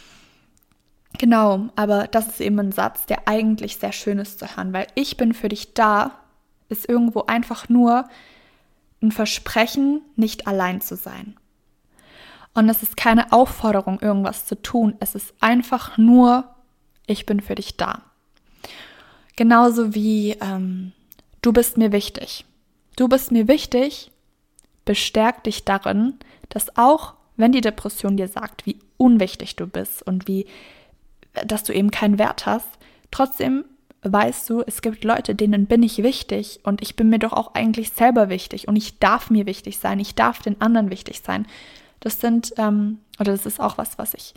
Genau, aber das ist eben ein Satz, der eigentlich sehr schön ist zu hören, weil ich bin für dich da, ist irgendwo einfach nur ein Versprechen, nicht allein zu sein. Und es ist keine Aufforderung, irgendwas zu tun. Es ist einfach nur, ich bin für dich da. Genauso wie du bist mir wichtig. Du bist mir wichtig, bestärkt dich darin, dass auch, wenn die Depression dir sagt, wie unwichtig du bist und dass du eben keinen Wert hast, trotzdem weißt du, es gibt Leute, denen bin ich wichtig und ich bin mir doch auch eigentlich selber wichtig und ich darf mir wichtig sein, ich darf den anderen wichtig sein. Das ist auch was ich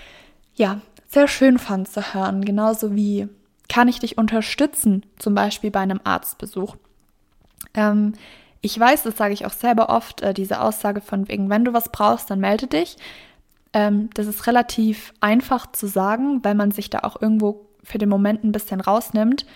sehr schön fand zu hören. Genauso wie, kann ich dich unterstützen, zum Beispiel bei einem Arztbesuch. Ich weiß, das sage ich auch selber oft, diese Aussage von wegen, wenn du was brauchst, dann melde dich. Das ist relativ einfach zu sagen, weil man sich da auch irgendwo für den Moment ein bisschen rausnimmt.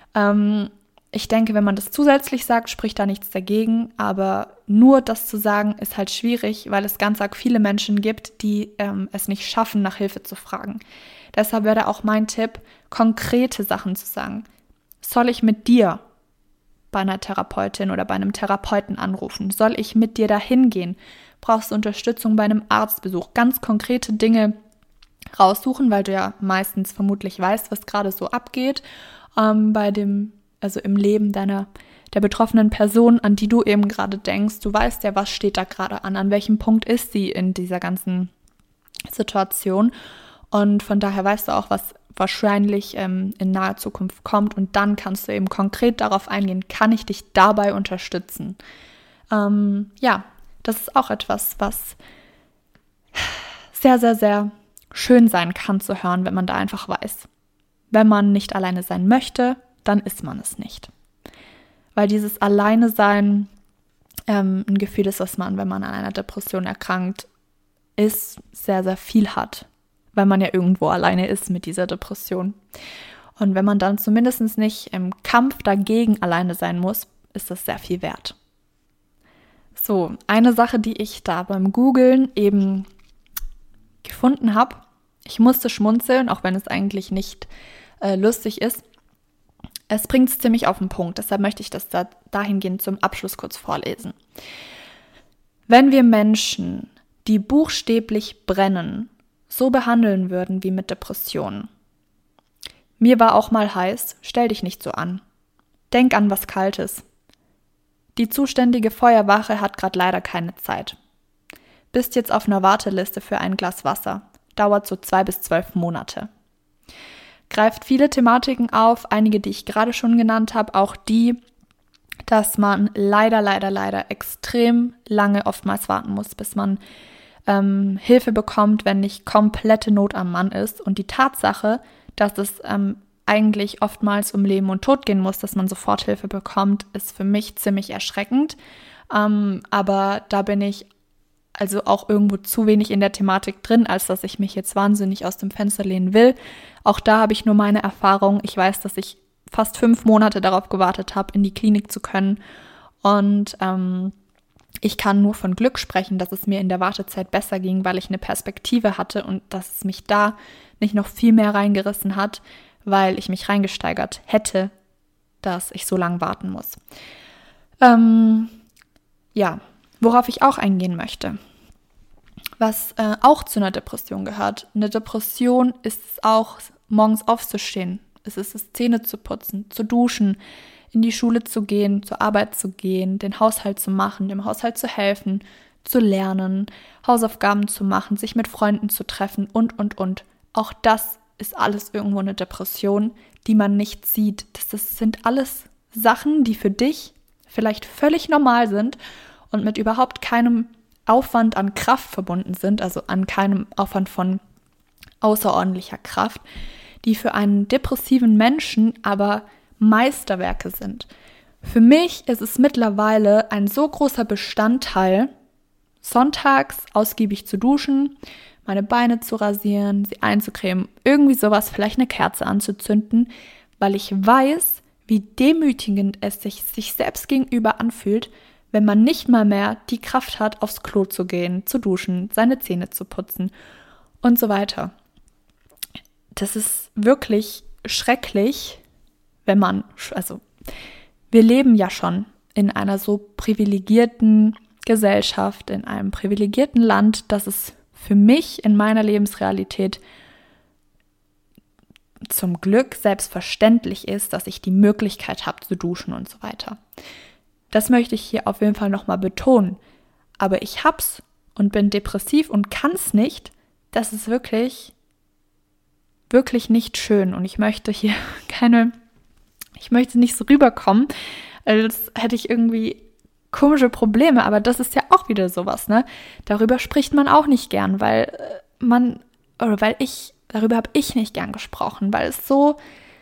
Ich denke, wenn man das zusätzlich sagt, spricht da nichts dagegen, aber nur das zu sagen, ist halt schwierig, weil es ganz arg viele Menschen gibt, die es nicht schaffen, nach Hilfe zu fragen. Deshalb wäre auch mein Tipp, konkrete Sachen zu sagen. Soll ich mit dir bei einer Therapeutin oder bei einem Therapeuten anrufen? Soll ich mit dir dahin gehen? Brauchst du Unterstützung bei einem Arztbesuch? Ganz konkrete Dinge raussuchen, weil du ja meistens vermutlich weißt, was gerade so abgeht im Leben der betroffenen Person, an die du eben gerade denkst. Du weißt ja, was steht da gerade an welchem Punkt ist sie in dieser ganzen Situation. Und von daher weißt du auch, was wahrscheinlich in naher Zukunft kommt. Und dann kannst du eben konkret darauf eingehen, kann ich dich dabei unterstützen? Das ist auch etwas, was sehr, sehr, sehr schön sein kann zu hören, wenn man da einfach weiß. Wenn man nicht alleine sein möchte, dann ist man es nicht. Weil dieses Alleine-Sein ein Gefühl ist, was man, wenn man an einer Depression erkrankt ist, sehr, sehr viel hat. Weil man ja irgendwo alleine ist mit dieser Depression. Und wenn man dann zumindest nicht im Kampf dagegen alleine sein muss, ist das sehr viel wert. So, eine Sache, die ich da beim Googlen eben gefunden habe, ich musste schmunzeln, auch wenn es eigentlich nicht lustig ist. Es bringt es ziemlich auf den Punkt, deshalb möchte ich das dahingehend zum Abschluss kurz vorlesen. Wenn wir Menschen, die buchstäblich brennen, so behandeln würden wie mit Depressionen. Mir war auch mal heiß, stell dich nicht so an. Denk an was Kaltes. Die zuständige Feuerwache hat gerade leider keine Zeit. Bist jetzt auf einer Warteliste für ein Glas Wasser. Dauert so 2 bis 12 Monate. Greift viele Thematiken auf, einige, die ich gerade schon genannt habe, auch die, dass man leider extrem lange oftmals warten muss, bis man Hilfe bekommt, wenn nicht komplette Not am Mann ist. Und die Tatsache, dass es eigentlich oftmals um Leben und Tod gehen muss, dass man sofort Hilfe bekommt, ist für mich ziemlich erschreckend. Aber da bin ich also auch irgendwo zu wenig in der Thematik drin, als dass ich mich jetzt wahnsinnig aus dem Fenster lehnen will. Auch da habe ich nur meine Erfahrung. Ich weiß, dass ich fast 5 Monate darauf gewartet habe, in die Klinik zu können. Und ich kann nur von Glück sprechen, dass es mir in der Wartezeit besser ging, weil ich eine Perspektive hatte und dass es mich da nicht noch viel mehr reingerissen hat, weil ich mich reingesteigert hätte, dass ich so lange warten muss. Worauf ich auch eingehen möchte, was auch zu einer Depression gehört. Eine Depression ist es auch, morgens aufzustehen. Es ist es, Zähne zu putzen, zu duschen, in die Schule zu gehen, zur Arbeit zu gehen, den Haushalt zu machen, dem Haushalt zu helfen, zu lernen, Hausaufgaben zu machen, sich mit Freunden zu treffen und. Auch das ist alles irgendwo eine Depression, die man nicht sieht. Das sind alles Sachen, die für dich vielleicht völlig normal sind und mit überhaupt keinem Aufwand an Kraft verbunden sind, also an keinem Aufwand von außerordentlicher Kraft, die für einen depressiven Menschen aber Meisterwerke sind. Für mich ist es mittlerweile ein so großer Bestandteil, sonntags ausgiebig zu duschen, meine Beine zu rasieren, sie einzucremen, irgendwie sowas, vielleicht eine Kerze anzuzünden, weil ich weiß, wie demütigend es sich selbst gegenüber anfühlt, wenn man nicht mal mehr die Kraft hat, aufs Klo zu gehen, zu duschen, seine Zähne zu putzen und so weiter. Das ist wirklich schrecklich, wir leben ja schon in einer so privilegierten Gesellschaft, in einem privilegierten Land, dass es für mich in meiner Lebensrealität zum Glück selbstverständlich ist, dass ich die Möglichkeit habe zu duschen und so weiter. Das möchte ich hier auf jeden Fall nochmal betonen. Aber ich hab's und bin depressiv und kann's nicht. Das ist wirklich nicht schön. Und ich möchte hier nicht so rüberkommen, als hätte ich irgendwie komische Probleme. Aber das ist ja auch wieder sowas, ne? Darüber spricht man auch nicht gern, darüber habe ich nicht gern gesprochen, weil es so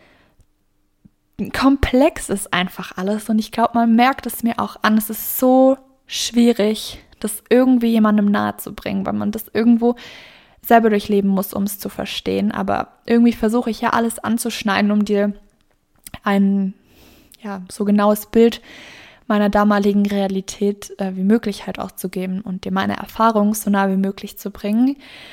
komplex ist einfach alles. Und ich glaube, man merkt es mir auch an. Es ist so schwierig, das irgendwie jemandem nahe zu bringen, weil man das irgendwo selber durchleben muss, um es zu verstehen. Aber irgendwie versuche ich ja alles anzuschneiden, um dir ein so genaues Bild meiner damaligen Realität wie möglich halt auch zu geben und dir meine Erfahrung so nah wie möglich zu bringen.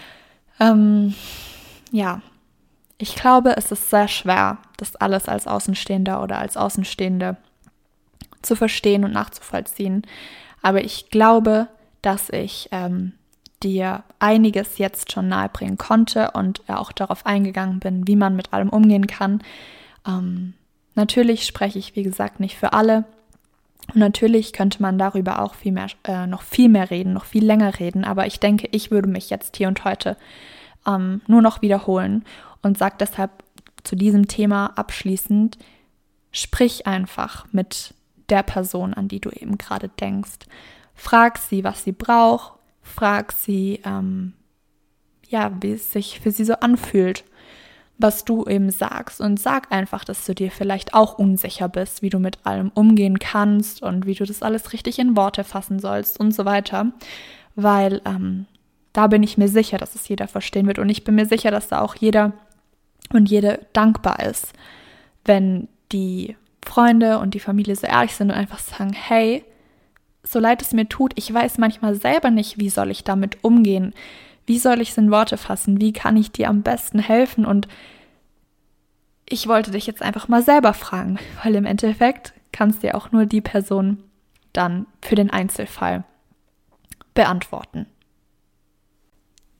Ich glaube, es ist sehr schwer, das alles als Außenstehender oder als Außenstehende zu verstehen und nachzuvollziehen. Aber ich glaube, dass ich dir einiges jetzt schon nahebringen konnte und auch darauf eingegangen bin, wie man mit allem umgehen kann. Natürlich spreche ich, wie gesagt, nicht für alle. Und natürlich könnte man darüber auch noch viel mehr reden, noch viel länger reden. Aber ich denke, ich würde mich jetzt hier und heute nur noch wiederholen und sage deshalb zu diesem Thema abschließend, sprich einfach mit der Person, an die du eben gerade denkst. Frag sie, was sie braucht. Frag sie, wie es sich für sie so anfühlt, was du eben sagst. Und sag einfach, dass du dir vielleicht auch unsicher bist, wie du mit allem umgehen kannst und wie du das alles richtig in Worte fassen sollst und so weiter. Weil da bin ich mir sicher, dass es jeder verstehen wird. Und ich bin mir sicher, dass da auch jeder und jede dankbar ist, wenn die Freunde und die Familie so ehrlich sind und einfach sagen, hey, so leid es mir tut, ich weiß manchmal selber nicht, wie soll ich damit umgehen, wie soll ich es in Worte fassen, wie kann ich dir am besten helfen und ich wollte dich jetzt einfach mal selber fragen, weil im Endeffekt kannst dir auch nur die Person dann für den Einzelfall beantworten.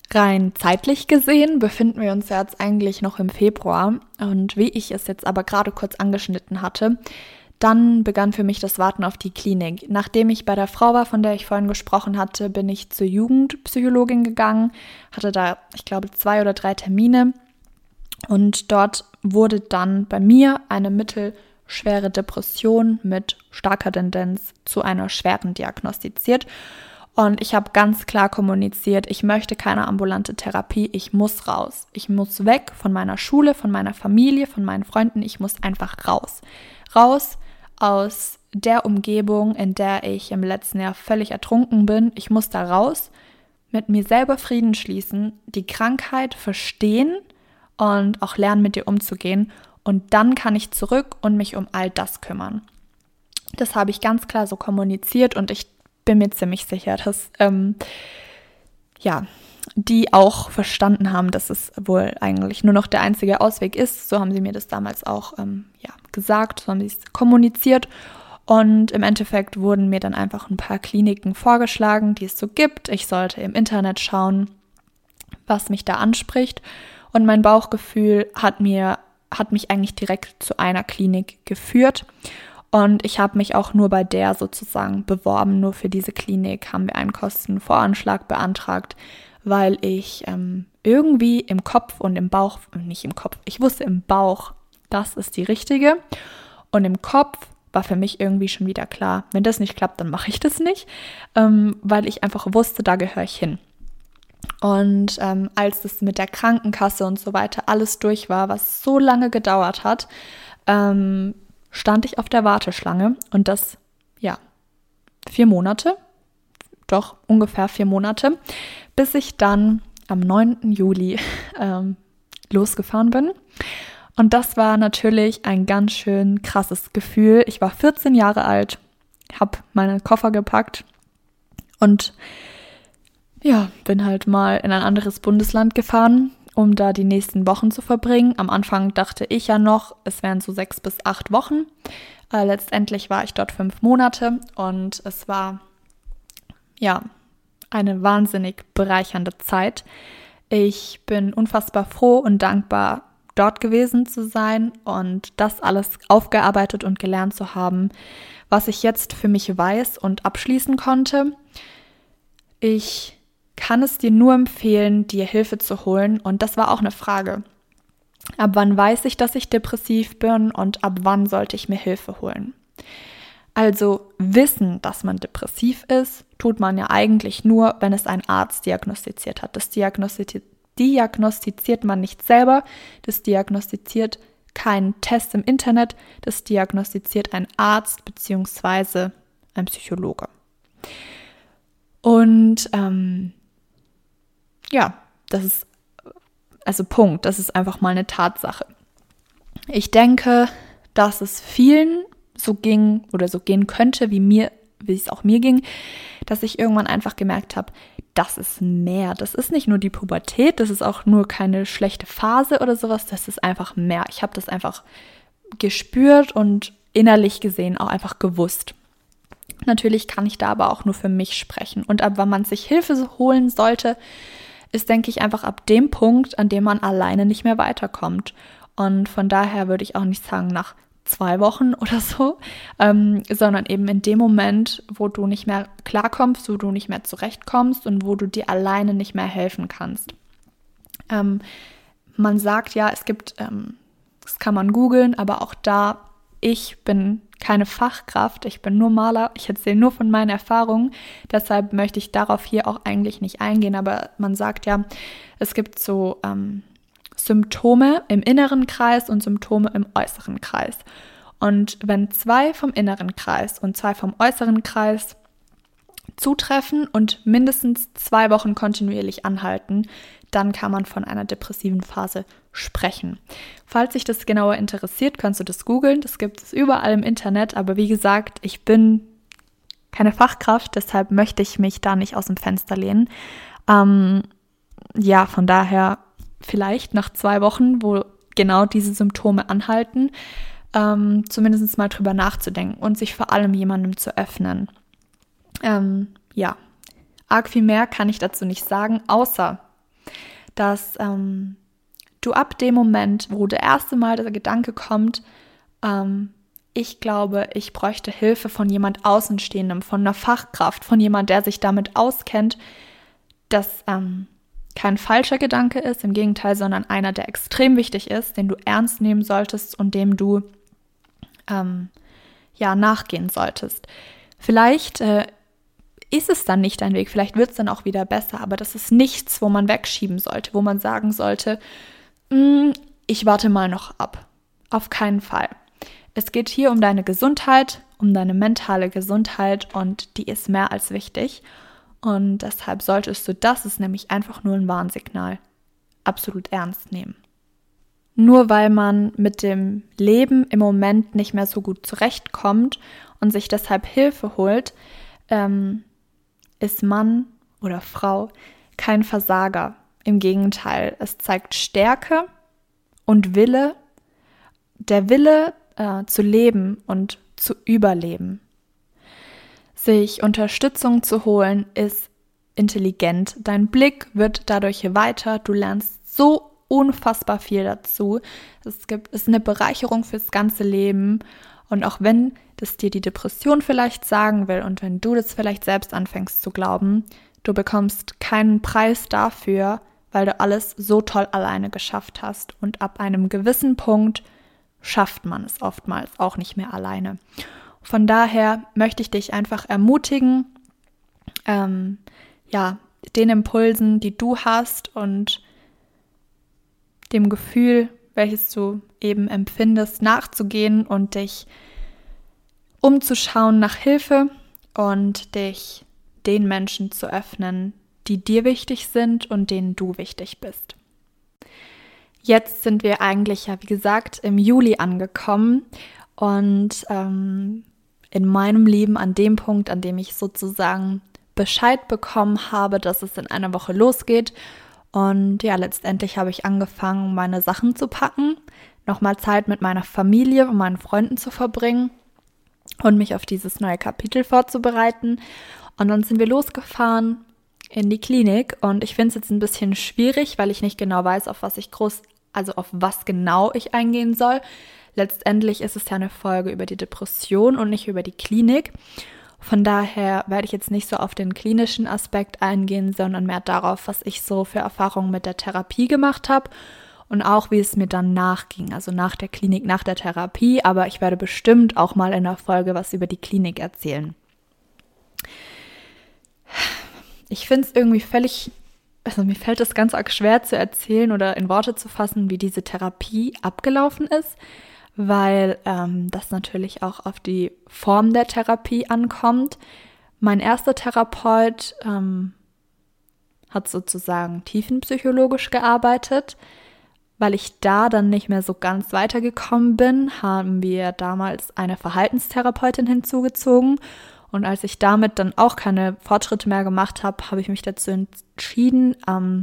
Rein zeitlich gesehen befinden wir uns ja jetzt eigentlich noch im Februar und wie ich es jetzt aber gerade kurz angeschnitten hatte, dann begann für mich das Warten auf die Klinik. Nachdem ich bei der Frau war, von der ich vorhin gesprochen hatte, bin ich zur Jugendpsychologin gegangen, hatte da, ich glaube, 2 oder 3 Termine und dort wurde dann bei mir eine mittelschwere Depression mit starker Tendenz zu einer schweren diagnostiziert. Und ich habe ganz klar kommuniziert, ich möchte keine ambulante Therapie, ich muss raus. Ich muss weg von meiner Schule, von meiner Familie, von meinen Freunden, ich muss einfach raus. Raus aus der Umgebung, in der ich im letzten Jahr völlig ertrunken bin. Ich muss da raus, mit mir selber Frieden schließen, die Krankheit verstehen und auch lernen, mit ihr umzugehen. Und dann kann ich zurück und mich um all das kümmern. Das habe ich ganz klar so kommuniziert und ich bin mir ziemlich sicher, dass die auch verstanden haben, dass es wohl eigentlich nur noch der einzige Ausweg ist. So haben sie mir das damals auch gesagt, so haben sie es kommuniziert. Und im Endeffekt wurden mir dann einfach ein paar Kliniken vorgeschlagen, die es so gibt. Ich sollte im Internet schauen, was mich da anspricht. Und mein Bauchgefühl hat mich eigentlich direkt zu einer Klinik geführt. Und ich habe mich auch nur bei der sozusagen beworben. Nur für diese Klinik haben wir einen Kostenvoranschlag beantragt, weil ich irgendwie im Kopf und im Bauch, nicht im Kopf, ich wusste im Bauch, das ist die richtige. Und im Kopf war für mich irgendwie schon wieder klar, wenn das nicht klappt, dann mache ich das nicht, weil ich einfach wusste, da gehöre ich hin. Und als das mit der Krankenkasse und so weiter alles durch war, was so lange gedauert hat, stand ich auf der Warteschlange und das, 4 Monate, doch ungefähr 4 Monate, bis ich dann am 9. Juli losgefahren bin. Und das war natürlich ein ganz schön krasses Gefühl. Ich war 14 Jahre alt, habe meine Koffer gepackt und bin halt mal in ein anderes Bundesland gefahren, um da die nächsten Wochen zu verbringen. Am Anfang dachte ich ja noch, es wären so 6 bis 8 Wochen. Letztendlich war ich dort 5 Monate und es war, eine wahnsinnig bereichernde Zeit. Ich bin unfassbar froh und dankbar, dort gewesen zu sein und das alles aufgearbeitet und gelernt zu haben, was ich jetzt für mich weiß und abschließen konnte. Ich kann es dir nur empfehlen, dir Hilfe zu holen. Und das war auch eine Frage. Ab wann weiß ich, dass ich depressiv bin und ab wann sollte ich mir Hilfe holen? Also wissen, dass man depressiv ist, tut man ja eigentlich nur, wenn es ein Arzt diagnostiziert hat. Das diagnostiziert man nicht selber, das diagnostiziert kein Test im Internet, das diagnostiziert ein Arzt bzw. ein Psychologe. Und das ist, also Punkt, das ist einfach mal eine Tatsache. Ich denke, dass es vielen so ging oder so gehen könnte, wie es auch mir ging, dass ich irgendwann einfach gemerkt habe, das ist mehr. Das ist nicht nur die Pubertät, das ist auch nur keine schlechte Phase oder sowas, das ist einfach mehr. Ich habe das einfach gespürt und innerlich gesehen auch einfach gewusst. Natürlich kann ich da aber auch nur für mich sprechen. Und ab wann man sich Hilfe holen sollte, ist, denke ich, einfach ab dem Punkt, an dem man alleine nicht mehr weiterkommt. Und von daher würde ich auch nicht sagen nach 2 Wochen oder so, sondern eben in dem Moment, wo du nicht mehr klarkommst, wo du nicht mehr zurechtkommst und wo du dir alleine nicht mehr helfen kannst. Man sagt ja, es gibt, das kann man googeln, aber auch da, ich bin keine Fachkraft, ich bin nur Maler, ich erzähle nur von meinen Erfahrungen, deshalb möchte ich darauf hier auch eigentlich nicht eingehen, aber man sagt ja, es gibt so Symptome im inneren Kreis und Symptome im äußeren Kreis. Und wenn 2 vom inneren Kreis und 2 vom äußeren Kreis zutreffen und mindestens 2 Wochen kontinuierlich anhalten, dann kann man von einer depressiven Phase sprechen. Falls dich das genauer interessiert, kannst du das googeln. Das gibt es überall im Internet. Aber wie gesagt, ich bin keine Fachkraft, deshalb möchte ich mich da nicht aus dem Fenster lehnen. Von daher vielleicht nach 2 Wochen, wo genau diese Symptome anhalten, zumindest mal drüber nachzudenken und sich vor allem jemandem zu öffnen. Arg viel mehr kann ich dazu nicht sagen, außer dass du ab dem Moment, wo das erste Mal der Gedanke kommt, ich glaube, ich bräuchte Hilfe von jemand Außenstehendem, von einer Fachkraft, von jemand, der sich damit auskennt, dass kein falscher Gedanke ist, im Gegenteil, sondern einer, der extrem wichtig ist, den du ernst nehmen solltest und dem du nachgehen solltest. Vielleicht ist es dann nicht dein Weg, vielleicht wird es dann auch wieder besser, aber das ist nichts, wo man wegschieben sollte, wo man sagen sollte, ich warte mal noch ab. Auf keinen Fall. Es geht hier um deine Gesundheit, um deine mentale Gesundheit und die ist mehr als wichtig. Und deshalb solltest du, das ist nämlich einfach nur ein Warnsignal, absolut ernst nehmen. Nur weil man mit dem Leben im Moment nicht mehr so gut zurechtkommt und sich deshalb Hilfe holt, ist Mann oder Frau kein Versager. Im Gegenteil, es zeigt Stärke und Wille, der Wille zu leben und zu überleben. Sich Unterstützung zu holen, ist intelligent. Dein Blick wird dadurch weiter. Du lernst so unfassbar viel dazu. Es ist eine Bereicherung fürs ganze Leben. Und auch wenn das dir die Depression vielleicht sagen will und wenn du das vielleicht selbst anfängst zu glauben, du bekommst keinen Preis dafür, weil du alles so toll alleine geschafft hast. Und ab einem gewissen Punkt schafft man es oftmals auch nicht mehr alleine. Von daher möchte ich dich einfach ermutigen, den Impulsen, die du hast und dem Gefühl, welches du eben empfindest, nachzugehen und dich umzuschauen nach Hilfe und dich den Menschen zu öffnen, die dir wichtig sind und denen du wichtig bist. Jetzt sind wir eigentlich, wie gesagt, im Juli angekommen und in meinem Leben an dem Punkt, an dem ich sozusagen Bescheid bekommen habe, dass es in einer Woche losgeht. Und ja, letztendlich habe ich angefangen, meine Sachen zu packen, nochmal Zeit mit meiner Familie und meinen Freunden zu verbringen und mich auf dieses neue Kapitel vorzubereiten. Und dann sind wir losgefahren in die Klinik und ich finde es jetzt ein bisschen schwierig, weil ich nicht genau weiß, auf was genau ich eingehen soll. Letztendlich ist es ja eine Folge über die Depression und nicht über die Klinik. Von daher werde ich jetzt nicht so auf den klinischen Aspekt eingehen, sondern mehr darauf, was ich so für Erfahrungen mit der Therapie gemacht habe und auch, wie es mir dann nachging, also nach der Klinik, nach der Therapie. Aber ich werde bestimmt auch mal in der Folge was über die Klinik erzählen. Ich finde es irgendwie mir fällt es ganz arg schwer zu erzählen oder in Worte zu fassen, wie diese Therapie abgelaufen ist, weil das natürlich auch auf die Form der Therapie ankommt. Mein erster Therapeut hat sozusagen tiefenpsychologisch gearbeitet. Weil ich da dann nicht mehr so ganz weitergekommen bin, haben wir damals eine Verhaltenstherapeutin hinzugezogen. Und als ich damit dann auch keine Fortschritte mehr gemacht habe, habe ich mich dazu entschieden,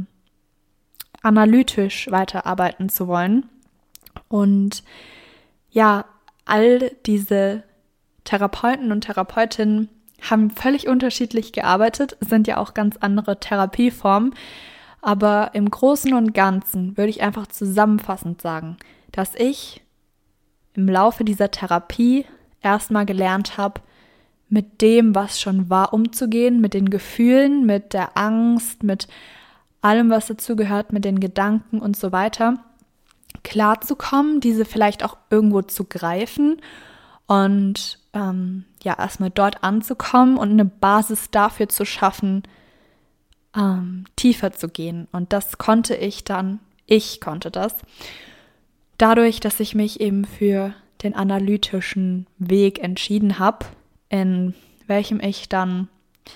analytisch weiterarbeiten zu wollen. Und ja, all diese Therapeuten und Therapeutinnen haben völlig unterschiedlich gearbeitet, sind ja auch ganz andere Therapieformen. Aber im Großen und Ganzen würde ich einfach zusammenfassend sagen, dass ich im Laufe dieser Therapie erstmal gelernt habe, mit dem, was schon war, umzugehen, mit den Gefühlen, mit der Angst, mit allem, was dazugehört, mit den Gedanken und so weiter, klarzukommen, diese vielleicht auch irgendwo zu greifen und erstmal dort anzukommen und eine Basis dafür zu schaffen, tiefer zu gehen. Und das konnte ich konnte das, dadurch, dass ich mich eben für den analytischen Weg entschieden habe, in welchem ich dann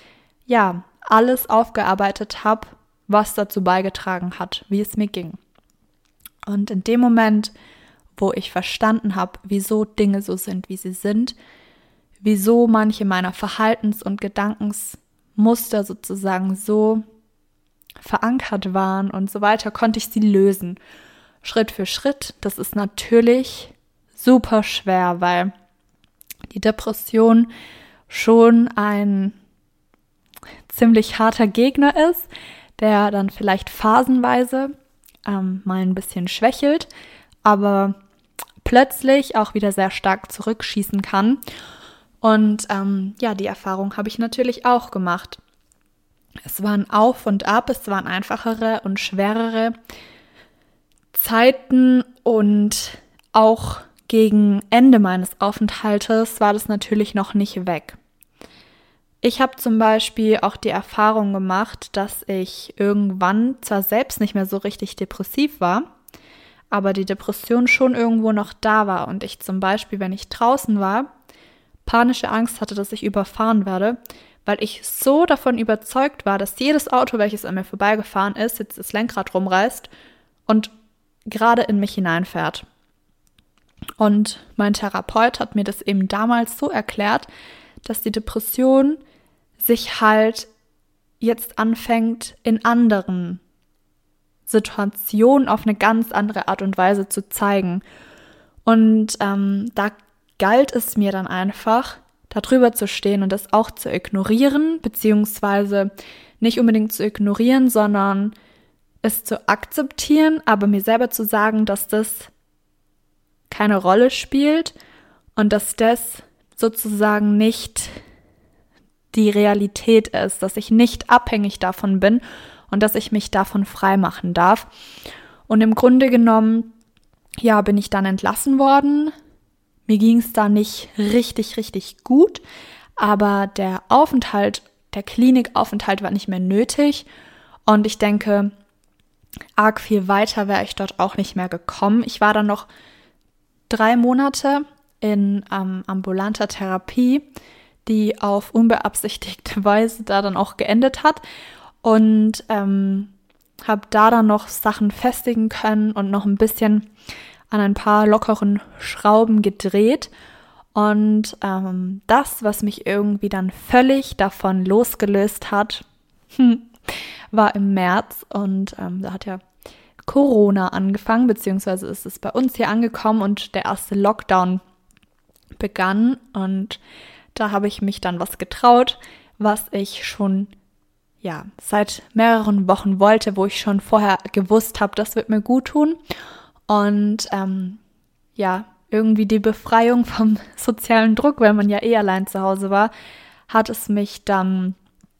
alles aufgearbeitet habe, was dazu beigetragen hat, wie es mir ging. Und in dem Moment, wo ich verstanden habe, wieso Dinge so sind, wie sie sind, wieso manche meiner Verhaltens- und Gedankensmuster sozusagen so verankert waren und so weiter, konnte ich sie lösen. Schritt für Schritt. Das ist natürlich super schwer, weil die Depression schon ein ziemlich harter Gegner ist, der dann vielleicht phasenweise mal ein bisschen schwächelt, aber plötzlich auch wieder sehr stark zurückschießen kann. Und die Erfahrung habe ich natürlich auch gemacht. Es waren Auf und Ab, es waren einfachere und schwerere Zeiten und auch gegen Ende meines Aufenthaltes war das natürlich noch nicht weg. Ich habe zum Beispiel auch die Erfahrung gemacht, dass ich irgendwann zwar selbst nicht mehr so richtig depressiv war, aber die Depression schon irgendwo noch da war und ich zum Beispiel, wenn ich draußen war, panische Angst hatte, dass ich überfahren werde, weil ich so davon überzeugt war, dass jedes Auto, welches an mir vorbeigefahren ist, jetzt das Lenkrad rumreißt und gerade in mich hineinfährt. Und mein Therapeut hat mir das eben damals so erklärt, dass die Depression sich halt jetzt anfängt, in anderen Situationen auf eine ganz andere Art und Weise zu zeigen. Und da galt es mir dann einfach, darüber zu stehen und das auch zu ignorieren, beziehungsweise nicht unbedingt zu ignorieren, sondern es zu akzeptieren, aber mir selber zu sagen, dass das keine Rolle spielt und dass das sozusagen nicht die Realität ist, dass ich nicht abhängig davon bin und dass ich mich davon frei machen darf. Und im Grunde genommen, bin ich dann entlassen worden. Mir ging es da nicht richtig gut, aber der Klinikaufenthalt war nicht mehr nötig und ich denke, arg viel weiter wäre ich dort auch nicht mehr gekommen. Ich war dann noch 3 Monate in ambulanter Therapie, die auf unbeabsichtigte Weise da dann auch geendet hat und habe da dann noch Sachen festigen können und noch ein bisschen an ein paar lockeren Schrauben gedreht. Und das, was mich irgendwie dann völlig davon losgelöst hat, war im März. Und da hat ja Corona angefangen, beziehungsweise ist es bei uns hier angekommen und der erste Lockdown begann. Und da habe ich mich dann was getraut, was ich schon seit mehreren Wochen wollte, wo ich schon vorher gewusst habe, das wird mir gut tun. Und irgendwie die Befreiung vom sozialen Druck, weil man ja allein zu Hause war, hat mich dann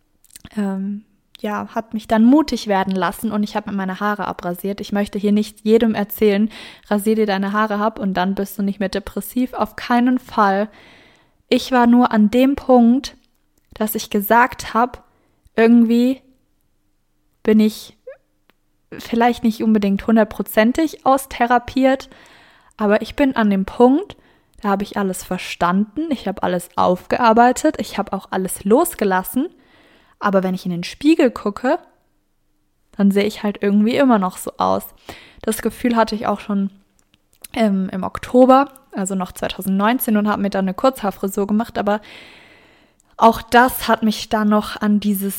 mutig werden lassen und ich habe mir meine Haare abrasiert. Ich möchte hier nicht jedem erzählen, rasier dir deine Haare ab und dann bist du nicht mehr depressiv. Auf keinen Fall. Ich war nur an dem Punkt, dass ich gesagt habe, irgendwie bin ich vielleicht nicht unbedingt 100%ig austherapiert, aber ich bin an dem Punkt, da habe ich alles verstanden, ich habe alles aufgearbeitet, ich habe auch alles losgelassen, aber wenn ich in den Spiegel gucke, dann sehe ich halt irgendwie immer noch so aus. Das Gefühl hatte ich auch schon im Oktober, also noch 2019 und habe mir dann eine Kurzhaarfrisur gemacht, aber auch das hat mich dann noch an diese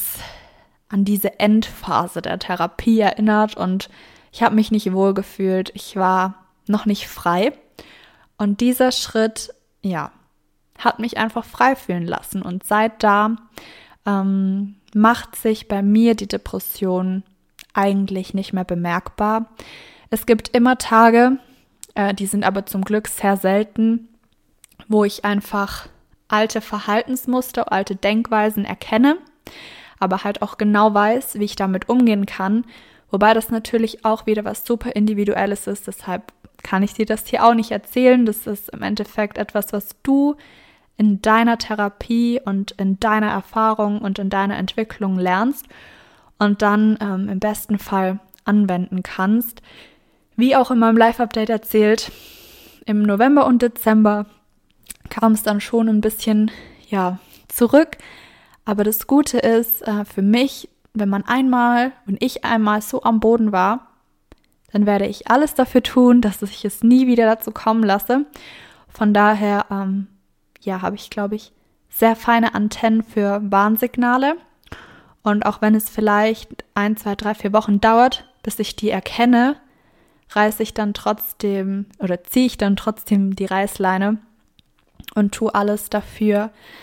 Endphase der Therapie erinnert und ich habe mich nicht wohl gefühlt. Ich war noch nicht frei und dieser Schritt, hat mich einfach frei fühlen lassen und seit da macht sich bei mir die Depression eigentlich nicht mehr bemerkbar. Es gibt immer Tage, die sind aber zum Glück sehr selten, wo ich einfach alte Verhaltensmuster, alte Denkweisen erkenne, aber halt auch genau weiß, wie ich damit umgehen kann, wobei das natürlich auch wieder was super Individuelles ist, deshalb kann ich dir das hier auch nicht erzählen. Das ist im Endeffekt etwas, was du in deiner Therapie und in deiner Erfahrung und in deiner Entwicklung lernst und dann im besten Fall anwenden kannst. Wie auch in meinem Live-Update erzählt, im November und Dezember kam es dann schon ein bisschen zurück. Aber das Gute ist für mich, wenn ich einmal so am Boden war, dann werde ich alles dafür tun, dass ich es nie wieder dazu kommen lasse. Von daher habe ich, glaube ich, sehr feine Antennen für Warnsignale. Und auch wenn es vielleicht 1, 2, 3, 4 Wochen dauert, bis ich die erkenne, ziehe ich dann trotzdem die Reißleine und tue alles dafür,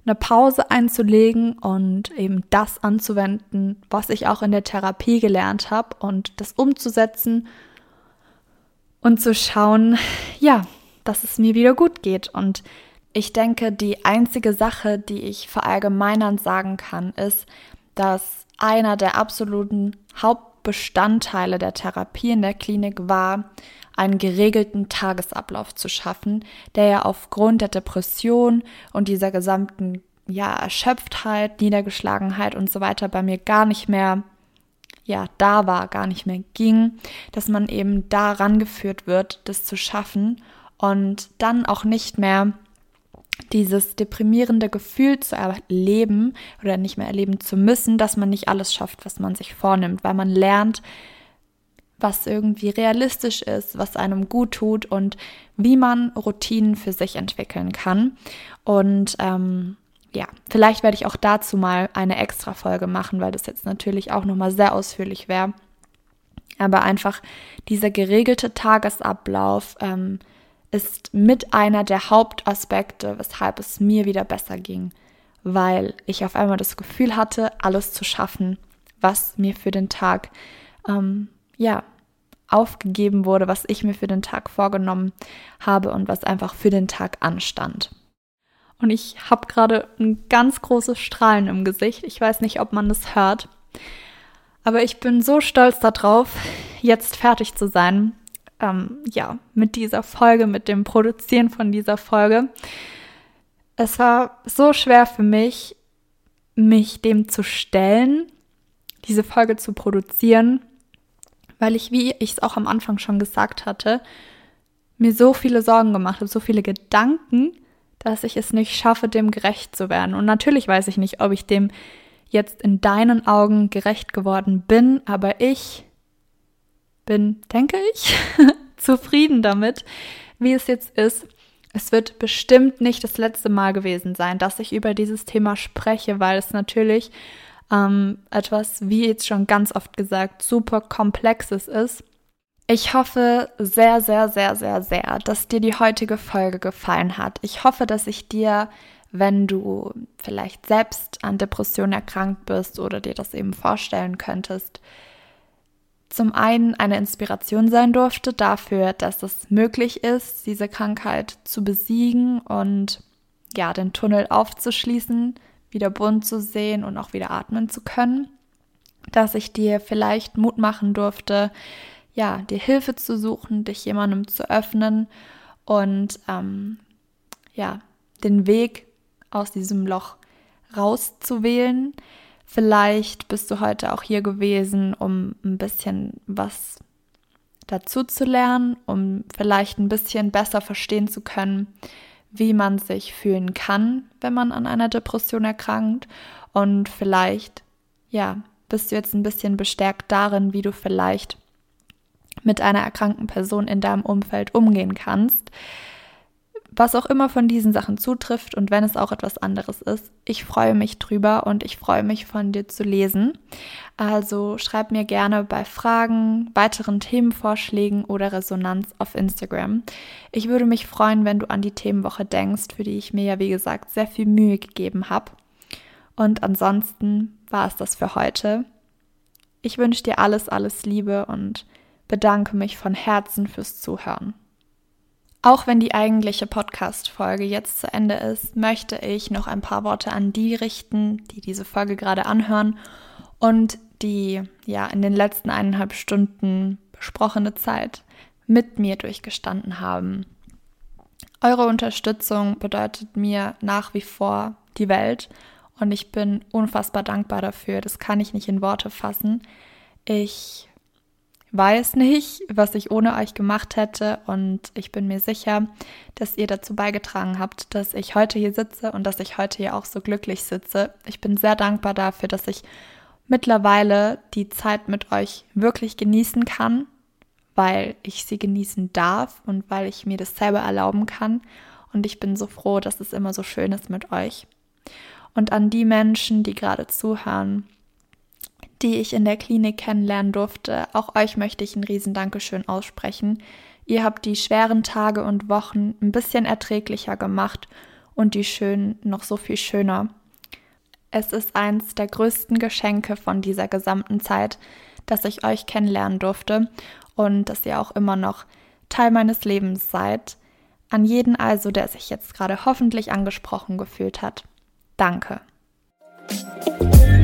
eine Pause einzulegen und eben das anzuwenden, was ich auch in der Therapie gelernt habe und das umzusetzen und zu schauen, ja, dass es mir wieder gut geht. Und ich denke, die einzige Sache, die ich verallgemeinernd sagen kann, ist, dass einer der absoluten Hauptbestandteile der Therapie in der Klinik war, einen geregelten Tagesablauf zu schaffen, der ja aufgrund der Depression und dieser gesamten Erschöpftheit, Niedergeschlagenheit und so weiter bei mir gar nicht mehr da war, gar nicht mehr ging, dass man eben da rangeführt wird, das zu schaffen und dann auch nicht mehr dieses deprimierende Gefühl zu erleben oder nicht mehr erleben zu müssen, dass man nicht alles schafft, was man sich vornimmt, weil man lernt, was irgendwie realistisch ist, was einem gut tut und wie man Routinen für sich entwickeln kann. Und vielleicht werde ich auch dazu mal eine extra Folge machen, weil das jetzt natürlich auch nochmal sehr ausführlich wäre. Aber einfach dieser geregelte Tagesablauf ist mit einer der Hauptaspekte, weshalb es mir wieder besser ging, weil ich auf einmal das Gefühl hatte, alles zu schaffen, was mir für den Tag aufgegeben wurde, was ich mir für den Tag vorgenommen habe und was einfach für den Tag anstand. Und ich habe gerade ein ganz großes Strahlen im Gesicht. Ich weiß nicht, ob man das hört, aber ich bin so stolz darauf, jetzt fertig zu sein. Mit dieser Folge, mit dem Produzieren von dieser Folge. Es war so schwer für mich, mich dem zu stellen, diese Folge zu produzieren, weil ich, wie ich es auch am Anfang schon gesagt hatte, mir so viele Sorgen gemacht habe, so viele Gedanken, dass ich es nicht schaffe, dem gerecht zu werden. Und natürlich weiß ich nicht, ob ich dem jetzt in deinen Augen gerecht geworden bin, aber ich bin, denke ich, zufrieden damit, wie es jetzt ist. Es wird bestimmt nicht das letzte Mal gewesen sein, dass ich über dieses Thema spreche, weil es natürlich etwas, wie jetzt schon ganz oft gesagt, super Komplexes ist. Ich hoffe sehr, sehr, sehr, sehr, sehr, dass dir die heutige Folge gefallen hat. Ich hoffe, dass ich dir, wenn du vielleicht selbst an Depressionen erkrankt bist oder dir das eben vorstellen könntest, zum einen eine Inspiration sein durfte dafür, dass es möglich ist, diese Krankheit zu besiegen und den Tunnel aufzuschließen, wieder bunt zu sehen und auch wieder atmen zu können. Dass ich dir vielleicht Mut machen durfte, dir Hilfe zu suchen, dich jemandem zu öffnen und den Weg aus diesem Loch rauszuwählen. Vielleicht bist du heute auch hier gewesen, um ein bisschen was dazu zu lernen, um vielleicht ein bisschen besser verstehen zu können, wie man sich fühlen kann, wenn man an einer Depression erkrankt. Und vielleicht, bist du jetzt ein bisschen bestärkt darin, wie du vielleicht mit einer erkrankten Person in deinem Umfeld umgehen kannst. Was auch immer von diesen Sachen zutrifft und wenn es auch etwas anderes ist, ich freue mich drüber und ich freue mich, von dir zu lesen. Also schreib mir gerne bei Fragen, weiteren Themenvorschlägen oder Resonanz auf Instagram. Ich würde mich freuen, wenn du an die Themenwoche denkst, für die ich mir ja, wie gesagt, sehr viel Mühe gegeben habe. Und ansonsten war es das für heute. Ich wünsche dir alles, alles Liebe und bedanke mich von Herzen fürs Zuhören. Auch wenn die eigentliche Podcast-Folge jetzt zu Ende ist, möchte ich noch ein paar Worte an die richten, die diese Folge gerade anhören und die in den letzten 1,5 Stunden besprochene Zeit mit mir durchgestanden haben. Eure Unterstützung bedeutet mir nach wie vor die Welt und ich bin unfassbar dankbar dafür. Das kann ich nicht in Worte fassen. Ich weiß nicht, was ich ohne euch gemacht hätte und ich bin mir sicher, dass ihr dazu beigetragen habt, dass ich heute hier sitze und dass ich heute hier auch so glücklich sitze. Ich bin sehr dankbar dafür, dass ich mittlerweile die Zeit mit euch wirklich genießen kann, weil ich sie genießen darf und weil ich mir das selber erlauben kann. Und ich bin so froh, dass es immer so schön ist mit euch. Und an die Menschen, die gerade zuhören, die ich in der Klinik kennenlernen durfte, auch euch möchte ich ein riesen Dankeschön aussprechen. Ihr habt die schweren Tage und Wochen ein bisschen erträglicher gemacht und die schönen noch so viel schöner. Es ist eins der größten Geschenke von dieser gesamten Zeit, dass ich euch kennenlernen durfte und dass ihr auch immer noch Teil meines Lebens seid. An jeden also, der sich jetzt gerade hoffentlich angesprochen gefühlt hat. Danke.